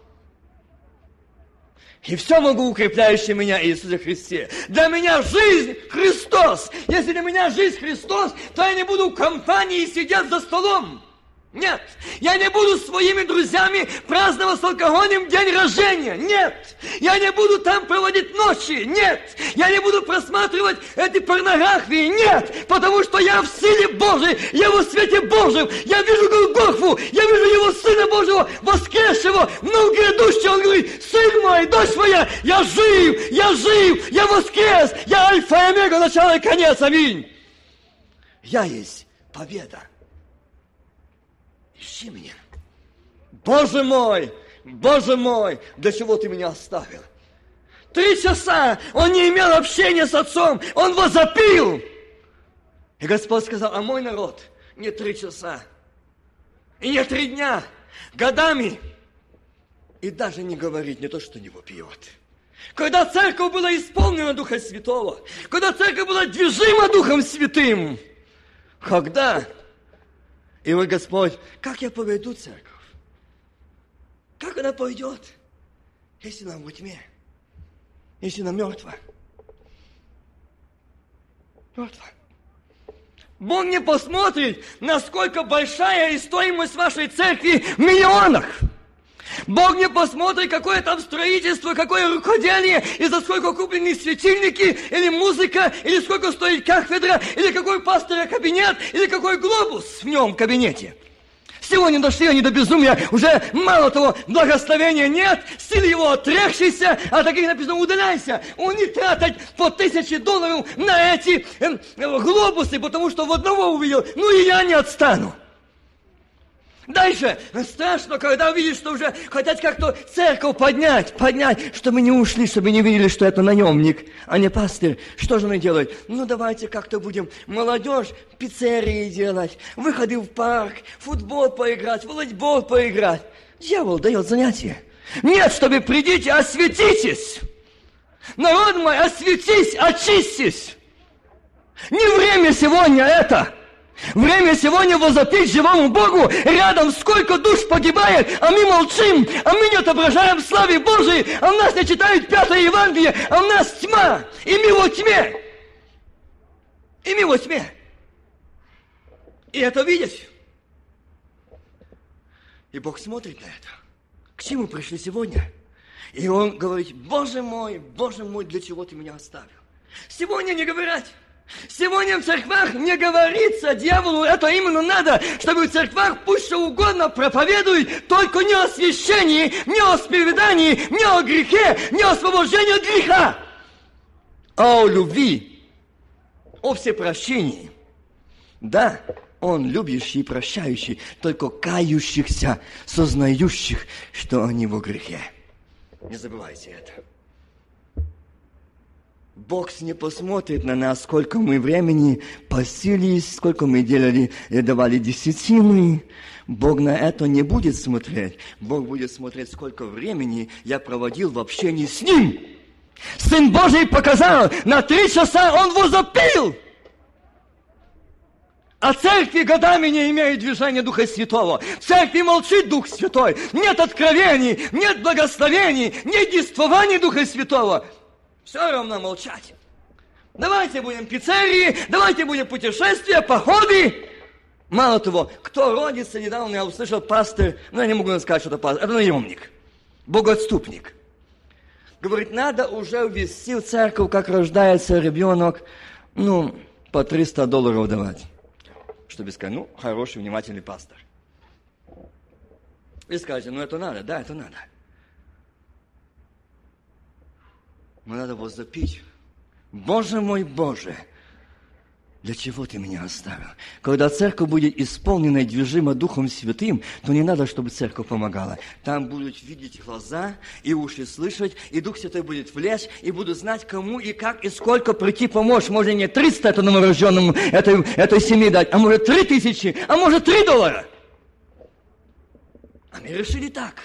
И все могу, укрепляющее меня Иисусе Христе. Для меня жизнь Христос. Если для меня жизнь Христос, то я не буду в компании сидеть за столом. Нет, я не буду с своими друзьями праздновать с алкоголем день рождения. Нет, я не буду там проводить ночи. Нет, я не буду просматривать эти порнографии. Нет, потому что я в силе Божией, я во свете Божьем. Я вижу Голгофу, я вижу Его Сына Божьего, воскресшего, вновь грядущего. Он говорит: сын мой, дочь моя, я жив, я воскрес, я альфа и омега, начало и конец, аминь. Я есть победа. Ищи меня. Боже мой, для чего ты меня оставил? 3 часа он не имел общения с Отцом, он возопил. И Господь сказал, а мой народ не 3 часа, и не 3 дня, годами. И даже не говорит, не то, что не вопиет. Когда церковь была исполнена Духа Святого, когда церковь была движима Духом Святым, когда? И вот Господь, как я поведу церковь? Как она пойдет, если она во тьме? Если она мертва? Мертва. Бог не посмотрит, насколько большая и стоимость вашей церкви в миллионах. Бог не посмотрит, какое там строительство, какое рукоделие, и за сколько куплены светильники, или музыка, или сколько стоит кафедра, или какой пастора кабинет, или какой глобус в нем кабинете. Сегодня дошли они до безумия, уже мало того, благословения нет, силы его отрекшиеся, а таких написано, удаляйся. Они тратят по $1000 на эти глобусы, потому что в одного увидел, ну и я не отстану. Дальше страшно, когда увидишь, что уже хотят как-то церковь поднять, чтобы не ушли, чтобы не видели, что это наемник, а не пастырь. Что же он делает? Ну, давайте как-то будем молодежь пиццерии делать, выходы в парк, футбол поиграть, волейбол поиграть. Дьявол дает занятия. Нет, чтобы придите, осветитесь. Народ мой, осветись, очистись. Не время сегодня это. Время сегодня возопить живому Богу. Рядом сколько душ погибает, а мы молчим, а мы не отображаем славы Божией, а у нас не читают 5-е Евангелие, а у нас тьма, и мы во тьме. И мы во тьме. И это видишь. И Бог смотрит на это. К чему пришли сегодня? И Он говорит, Боже мой, для чего Ты меня оставил? Сегодня не говорят. Сегодня в церквах не говорится дьяволу, это именно надо, чтобы в церквах пусть что угодно проповедуют, только не о священии, не о исповедании, не о грехе, не о освобождении от греха, а о любви, о всепрощении. Да, Он любящий и прощающий, только кающихся, сознающих, что они во грехе. Не забывайте это. Бог не посмотрит на нас, сколько мы времени постились, сколько мы делали и давали десятины. Бог на это не будет смотреть. Бог будет смотреть, сколько времени я проводил в общении с Ним. Сын Божий показал, на 3 часа Он возопил. А церкви годами не имеют движения Духа Святого. В церкви молчит Дух Святой. Нет откровений, нет благословений, нет действований Духа Святого. Все равно молчать. Давайте будем пиццерии, давайте будем путешествия, походы. Мало того, кто родится, недавно я услышал пастор, я не могу сказать, что это пастор, это наемник, богоотступник. Говорит, надо уже ввести в церковь, как рождается ребенок, по $300 давать. Чтобы сказать, хороший, внимательный пастор. И скажете, это надо, да, это надо. Но надо возопить. Боже мой, Боже, для чего Ты меня оставил? Когда церковь будет исполнена и движима Духом Святым, то не надо, чтобы церковь помогала. Там будут видеть глаза и уши слышать, и Дух Святой будет влезть, и будут знать, кому и как, и сколько прийти помочь. Может, не 300 этому новорожденному, этой семье дать, а может, 3000, а может, $3. А мы решили так.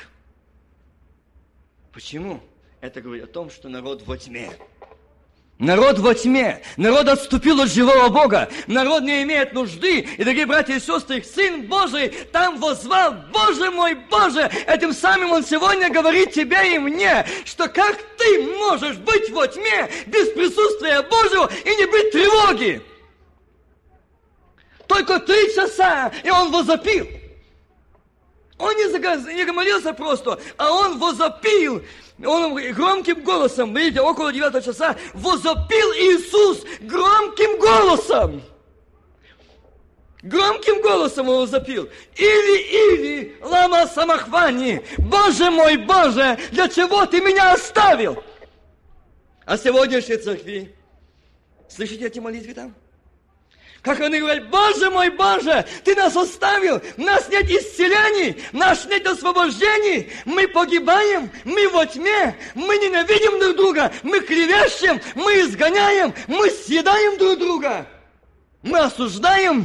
Почему? Это говорит о том, что народ во тьме. Народ во тьме. Народ отступил от живого Бога. Народ не имеет нужды. И, дорогие братья и сестры, Сын Божий там воззвал, Боже мой, Боже. Этим самым Он сегодня говорит тебе и мне, что как ты можешь быть во тьме без присутствия Божьего и не быть тревоги. Только 3 часа, и Он возопил. Он не молился просто, а Он возопил. Он громким голосом, видите, около 9 часа, возопил Иисус громким голосом. Громким голосом Он возопил. Или, лама самахвани, Боже мой, Боже, для чего Ты меня оставил? А сегодняшней церкви, слышите эти молитвы там? Как они говорят: Боже мой, Боже, Ты нас оставил, у нас нет исцелений, у нас нет освобождений, мы погибаем, мы во тьме, мы ненавидим друг друга, мы клевещем, мы изгоняем, мы съедаем друг друга, мы осуждаем.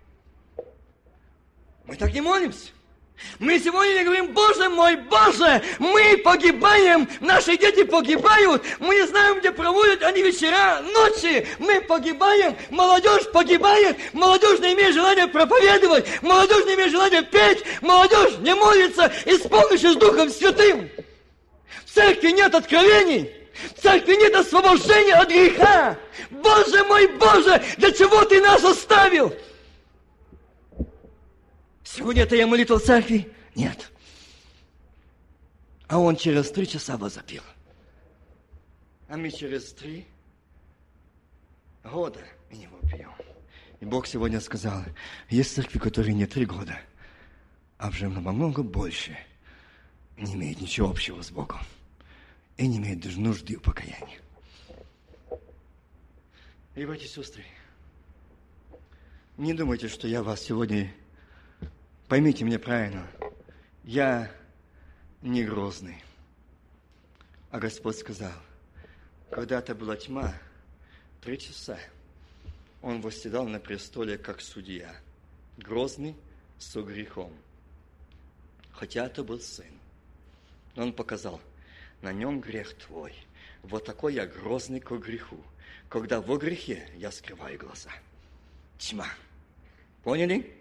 Мы так не молимся. Мы сегодня не говорим: Боже мой, Боже, мы погибаем, наши дети погибают, мы не знаем, где проводят они вечера, ночи, мы погибаем, молодежь погибает, молодежь не имеет желания проповедовать, молодежь не имеет желания петь, молодежь не молится, исполнившись Духом Святым. В церкви нет откровений, в церкви нет освобождения от греха. Боже мой, Боже, для чего Ты нас оставил? Сегодня это я молитва в церкви? Нет. А он через 3 часа возопил. А мы через 3 года не вопьем. И Бог сегодня сказал: есть церкви, которые не 3 года, а уже намного больше не имеют ничего общего с Богом. И не имеют даже нужды в покаянии. И, братья и сестры, не думайте, что я вас сегодня... Поймите меня правильно, я не грозный. А Господь сказал: когда-то была тьма, 3 часа Он восседал на престоле, как судья, грозный со грехом. Хотя это был Сын. Но Он показал: на нем грех твой. Вот такой я грозный к греху. Когда во грехе я скрываю глаза. Тьма. Поняли?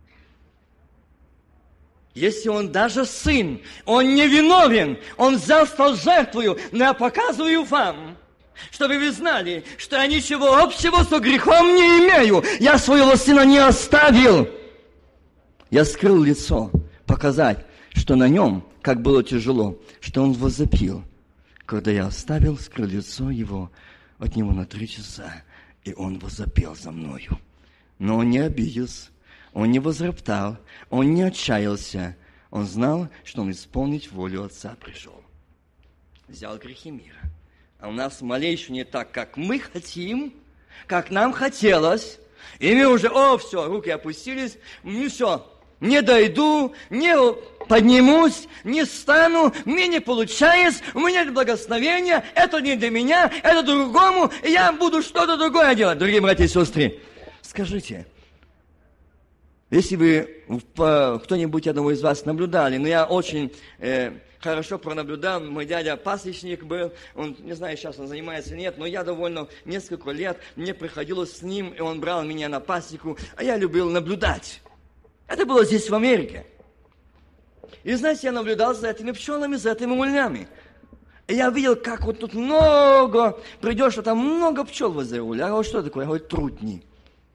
Если он даже сын, он не виновен, он взял, стал жертвою, но я показываю вам, чтобы вы знали, что я ничего общего со грехом не имею. Я своего сына не оставил. Я скрыл лицо, показать, что на нем, как было тяжело, что он возопил. Когда я оставил, скрыл лицо его от него на 3 часа, и он возопил за мною. Но он не обиделся. Он не возроптал, он не отчаялся. Он знал, что он исполнить волю Отца пришел. Взял грехи мира. А у нас малейшее не так, как мы хотим, как нам хотелось. И мы уже, все, руки опустились, все, не дойду, не поднимусь, не стану, мне не получается, у меня нет благословения, это не для меня, это другому, и я буду что-то другое делать. Дорогие братья и сестры, скажите, если вы, кто-нибудь одного из вас наблюдали, но я очень хорошо пронаблюдал, мой дядя пасечник был, он, не знаю, сейчас он занимается или нет, но я довольно несколько лет, мне приходилось с ним, и он брал меня на пасеку, а я любил наблюдать. Это было здесь, в Америке. И, знаете, я наблюдал за этими пчелами, за этими мулями. И я видел, как вот тут много, придешь, а там много пчел возле уля. Я говорю: что такое? Я говорю: трутни.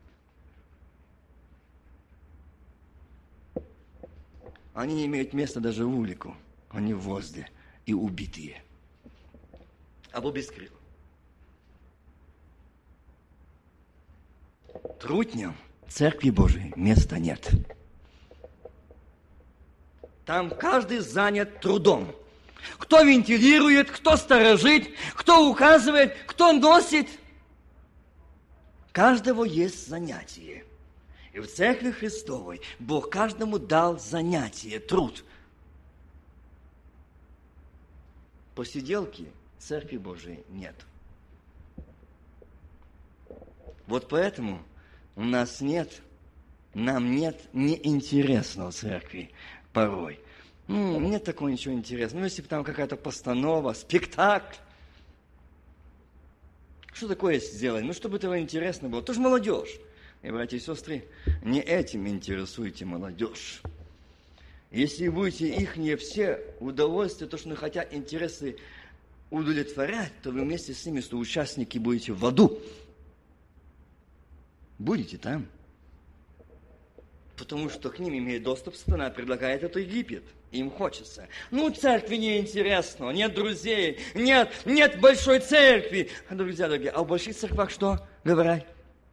Они не имеют места даже в улику. Они в воздухе и убитые. Або без крыл. Трутням Церкви Божией места нет. Там каждый занят трудом. Кто вентилирует, кто сторожит, кто указывает, кто носит. Каждого есть занятие. И в Церкви Христовой Бог каждому дал занятие, труд. Посиделки в Церкви Божией нет. Вот поэтому у нас нет, нам нет неинтересного в Церкви порой. Нет такого ничего интересного. Если бы там какая-то постанова, спектакль. Что такое сделать? Чтобы этого интересно было. Тоже молодежь. И, братья и сестры, не этим интересуйте молодежь. Если будете их не все удовольствия, то, что они хотят интересы удовлетворять, то вы вместе с ними, соучастники, будете в аду. Будете там. Потому что к ним имеет доступ сатана, предлагает это Египет. Им хочется. Церкви неинтересно, нет друзей, нет большой церкви. Друзья дорогие, а в больших церквах что говорят?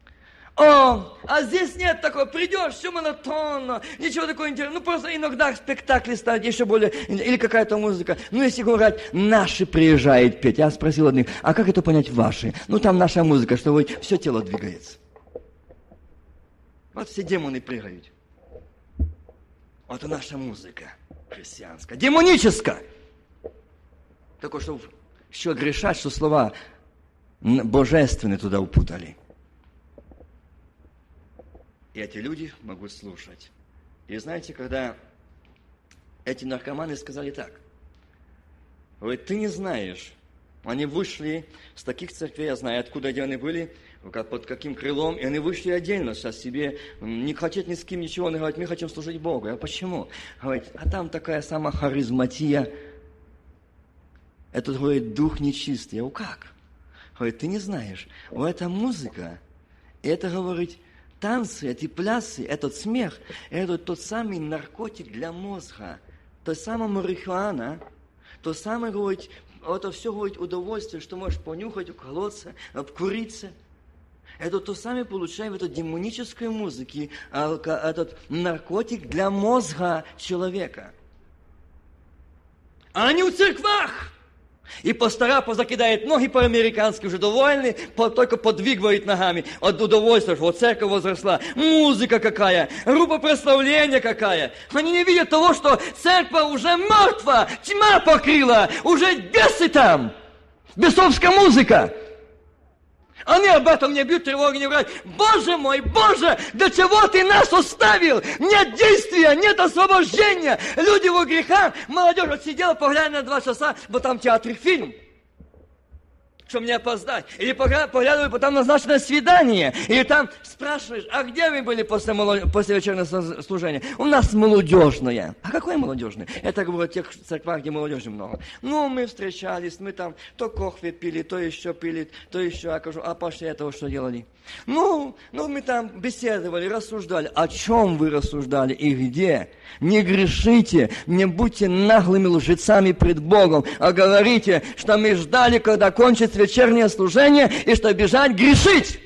А здесь нет такого, придешь, все монотонно, ничего такого интересного. Просто иногда спектакли ставят еще более, или какая-то музыка. Если говорят, наши приезжают петь. Я спросил одних, а как это понять ваши? Там наша музыка, что все тело двигается. Вот все демоны прыгают. Вот и наша музыка христианская, демоническая. Только что еще грешать, что слова божественные туда упутали. И эти люди могут слушать. И знаете, когда эти наркоманы сказали так, говорит, ты не знаешь, они вышли с таких церквей, я знаю, откуда где они были, под каким крылом, и они вышли отдельно сейчас себе, не хотят ни с кем ничего, они говорят, мы хотим служить Богу. А почему? Говорит, а там такая сама харизматия, этот, говорит, дух нечистый. Я говорю, как? Говорит, ты не знаешь, вот эта музыка, это, говорит, танцы, эти плясы, этот смех, это тот самый наркотик для мозга, то самое марихуана, то самое, говорит, это все, говорит, удовольствие, что можешь понюхать, уколоться, обкуриться. Это то самое получаем в этой демонической музыке, этот наркотик для мозга человека. А они в церквах. И пастора позакидает ноги по-американски, уже довольны, только подвигивает ногами от удовольствия, что вот церковь возросла, музыка какая, группа прославления какая. Они не видят того, что церковь уже мертва, тьма покрыла, уже бесы там, бесовская музыка. Они об этом не бьют тревоги, не говорят, Боже мой, Боже, для чего ты нас оставил? Нет действия, нет освобождения. Люди во грехах, молодежь вот сидела, поглядела на 2 часа, вот там театр фильм, чтобы не опоздать. Или поглядывали, потом назначенное свидание. Или там спрашиваешь, а где вы были после вечернего служения? У нас молодежное. А какое молодежное? Это, говорю, в тех церквах, где молодежи много. Ну, мы встречались, мы там то кофе пили, то еще пили, то еще, я кажу, а после этого что делали? Ну, мы там беседовали, рассуждали. О чем вы рассуждали и где? Не грешите, не будьте наглыми лжецами пред Богом, а говорите, что мы ждали, когда кончится вечернее служение, и что бежать грешить.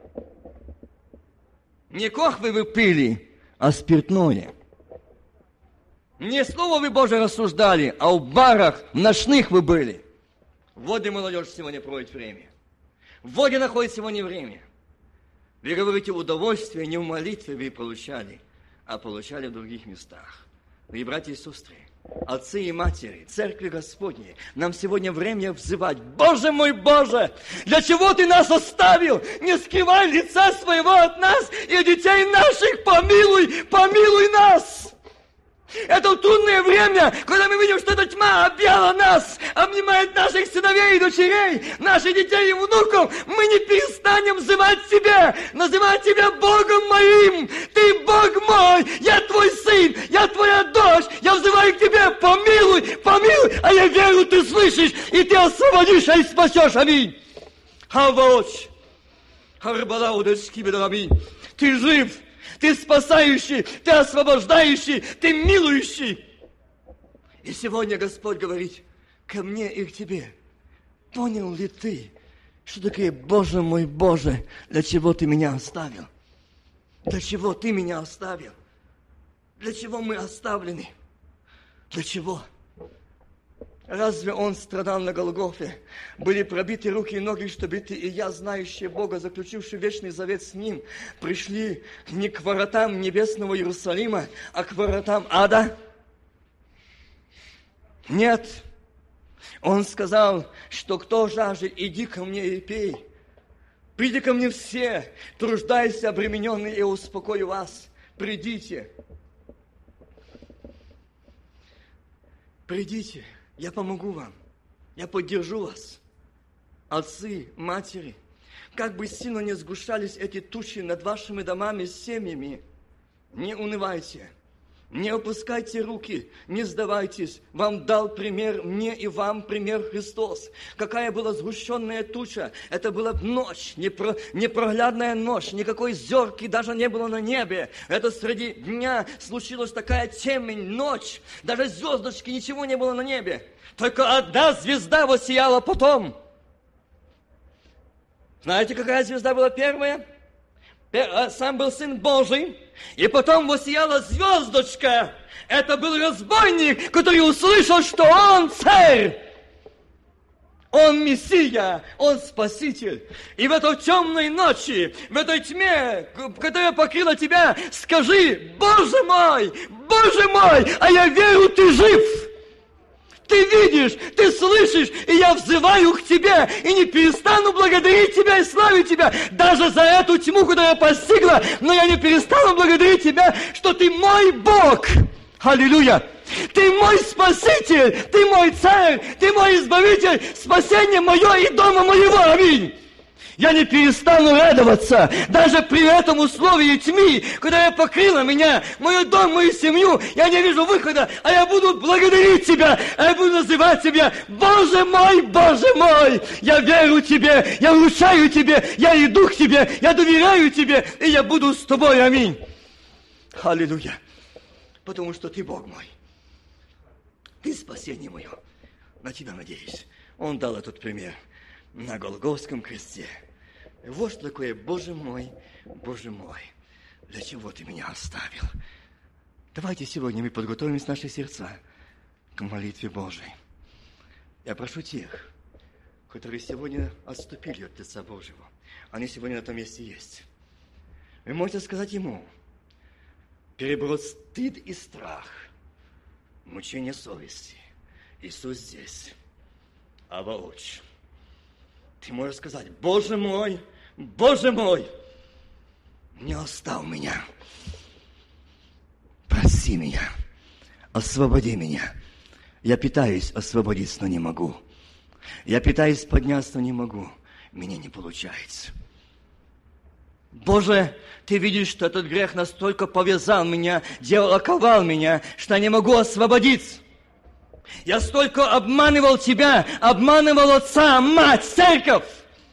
Не кофе вы пили, а спиртное. Не слово вы Божие рассуждали, а в барах, в ночных вы были. Вот где молодежь сегодня проводит время. Вот где находится сегодня время. Вы говорите, удовольствие не в молитве вы получали, а получали в других местах. Вы, братья и сестры, отцы и матери, церкви Господней, нам сегодня время взывать, Боже мой, Боже, для чего Ты нас оставил? Не скрывай лица своего от нас и детей наших, помилуй, помилуй нас! Это трудное время, когда мы видим, что эта тьма объяла нас, обнимает наших сыновей и дочерей, наших детей и внуков. Мы не перестанем взывать Тебя, называть Тебя Богом моим. Ты Бог мой, я Твой сын, я Твоя дочь, я взываю к Тебе, помилуй, помилуй, а я верю, Ты слышишь, и Ты освободишь, и спасешь, аминь. Хаваоч, харбалаудочки бедрами, Ты жив. Ты спасающий, Ты освобождающий, Ты милующий. И сегодня Господь говорит ко мне и к тебе. Понял ли ты, что такое, Боже мой, Боже, для чего Ты меня оставил? Для чего Ты меня оставил? Для чего мы оставлены? Для чего? Разве Он страдал на Голгофе? Были пробиты руки и ноги, чтобы ты и я, знающие Бога, заключившие вечный завет с Ним, пришли не к воротам небесного Иерусалима, а к воротам ада? Нет. Он сказал, что кто жаждет, иди ко мне и пей. Приди ко мне все, труждайся, обремененные, и успокою вас. Придите. Придите. Я помогу вам, я поддержу вас, отцы, матери. Как бы сильно не сгущались эти тучи над вашими домами, семьями, не унывайте, не опускайте руки, не сдавайтесь. Вам дал пример, мне и вам пример Христос. Какая была сгущенная туча? Это была ночь, непроглядная ночь, никакой зерки даже не было на небе. Это среди дня случилась такая темень, ночь, даже звездочки, ничего не было на небе. Только одна звезда воссияла потом. Знаете, какая звезда была первая? Сам был Сын Божий, и потом воссияла звездочка. Это был разбойник, который услышал, что он царь. Он Мессия, Он Спаситель. И в этой темной ночи, в этой тьме, которая покрыла тебя, скажи: Боже мой, а я верю, ты жив. Ты видишь, ты слышишь, и я взываю к тебе, и не перестану благодарить тебя и славить тебя, даже за эту тьму, которая постигла, но я не перестану благодарить тебя, что ты мой Бог. Аллилуйя! Ты мой Спаситель, ты мой Царь, ты мой Избавитель, спасение мое и дома моего. Аминь! Я не перестану радоваться, даже при этом условии тьмы, которая покрыла меня, мой дом, мою семью. Я не вижу выхода, а я буду благодарить Тебя, а я буду называть Тебя: Боже мой, я верю Тебе, я вручаю Тебе, я иду к Тебе, я доверяю Тебе, и я буду с Тобой. Аминь. Аллилуйя. Потому что Ты Бог мой. Ты спасение мое. На Тебя надеюсь. Он дал этот пример на Голгофском кресте. Вот что такое: Боже мой, для чего Ты меня оставил? Давайте сегодня мы подготовим наши сердца к молитве Божией. Я прошу тех, которые сегодня отступили от лица Божьего. Они сегодня на этом месте есть. Вы можете сказать Ему: перебороть стыд и страх, мучение совести. Иисус здесь. Абба Отче. Ты можешь сказать: Боже мой, не оставь меня. Прости меня, освободи меня. Я пытаюсь освободиться, но не могу. Я пытаюсь подняться, но не могу. Мне не получается. Боже, Ты видишь, что этот грех настолько повязал меня, оковал меня, что я не могу освободиться. Я столько обманывал Тебя, обманывал отца, мать, церковь.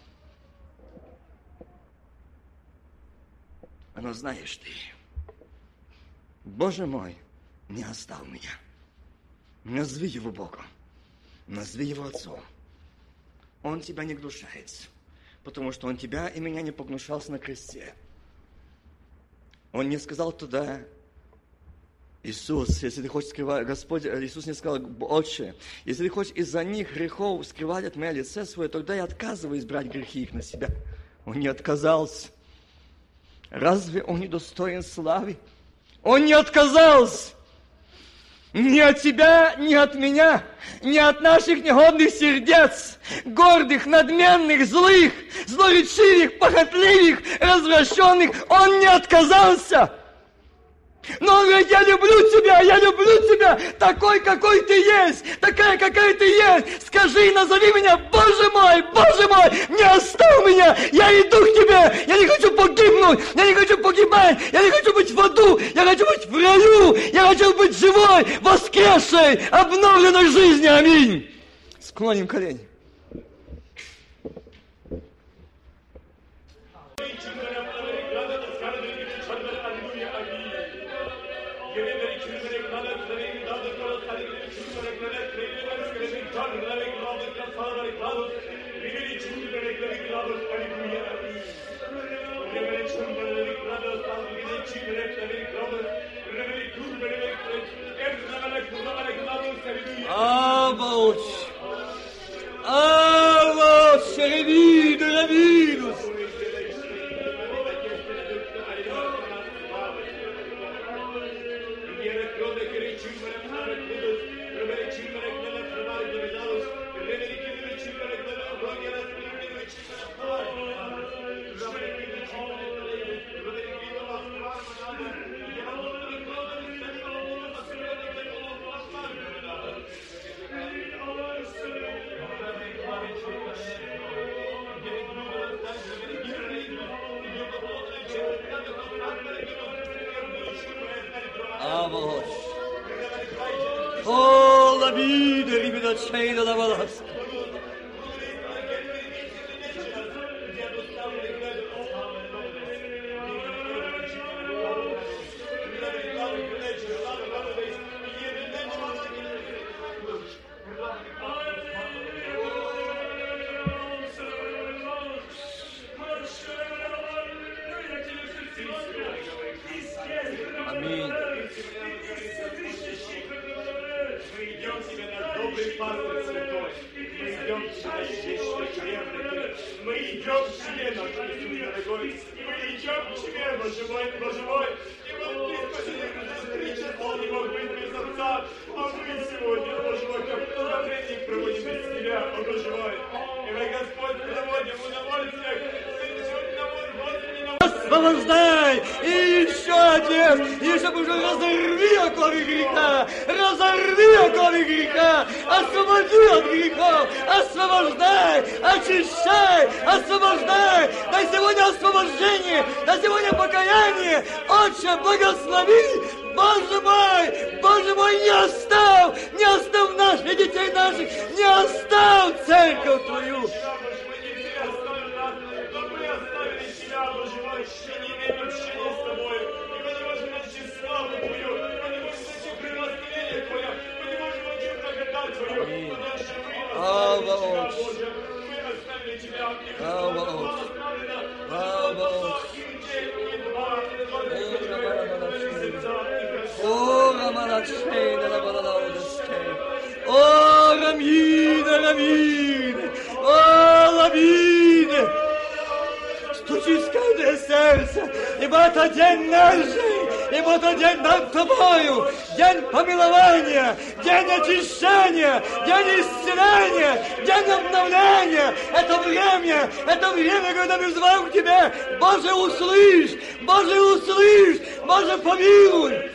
Но знаешь Ты, Боже мой, не оставь меня. Назови Его Богом, назови Его Отцом. Он Тебя не гнушается, потому что Он Тебя и меня не погнушался на кресте. Он не сказал туда: Иисус, если ты хочешь скрывать, Господь, Иисус не сказал: Отче, если ты хочешь из-за них грехов скрывать от меня лице свое, тогда я отказываюсь брать грехи их на себя. Он не отказался. Разве Он не достоин славы? Он не отказался. Ни от тебя, ни от меня, ни от наших негодных сердец, гордых, надменных, злых, злоречивых, похотливых, развращенных. Он не отказался. Но Он говорит: я люблю тебя, такой, какой ты есть, такая, какая ты есть. Скажи, назови меня: Боже мой, не оставь меня, я иду к тебе, я не хочу погибнуть, я не хочу погибать, я не хочу быть в аду, я хочу быть в раю, я хочу быть живой, воскресшей, обновленной жизнью. Аминь. Склоним колени. Oh, la vida, rivida cielo, la balasca. Аминь. Добрый пастырь святой, идем к тебе, мы идем к тебе, наш Иисус дорогой, мы идем к тебе, Боже мой, и вот ты, Спаситель, 3 часа не мог быть без Отца, а мы сегодня, Боже мой, как благовременник проводим без тебя, о Боже мой, и мы, Господь, проводим удовольствие, ты сегодня на освобождай! И еще, Отец, еще уже разорви оковы греха, разорви оковы греха, освободи от грехов, освобождай, очищай, освобождай, дай сегодня освобождение, дай сегодня покаяние, Отче, благослови, Боже мой, не оставь наших детей наших, не оставь церковь Твою. Стучись каждое сердце, ибо это день нашей, ибо это день над тобою, день помилования, день очищения, день исцеления, день обновления. Это время, когда мы взываем к тебе. Боже, услышь, Боже, помилуй.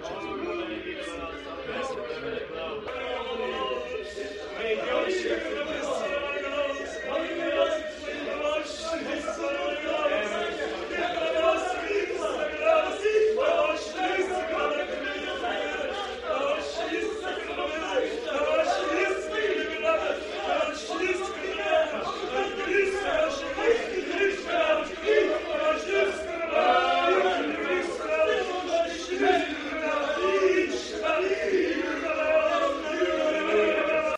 Аминь.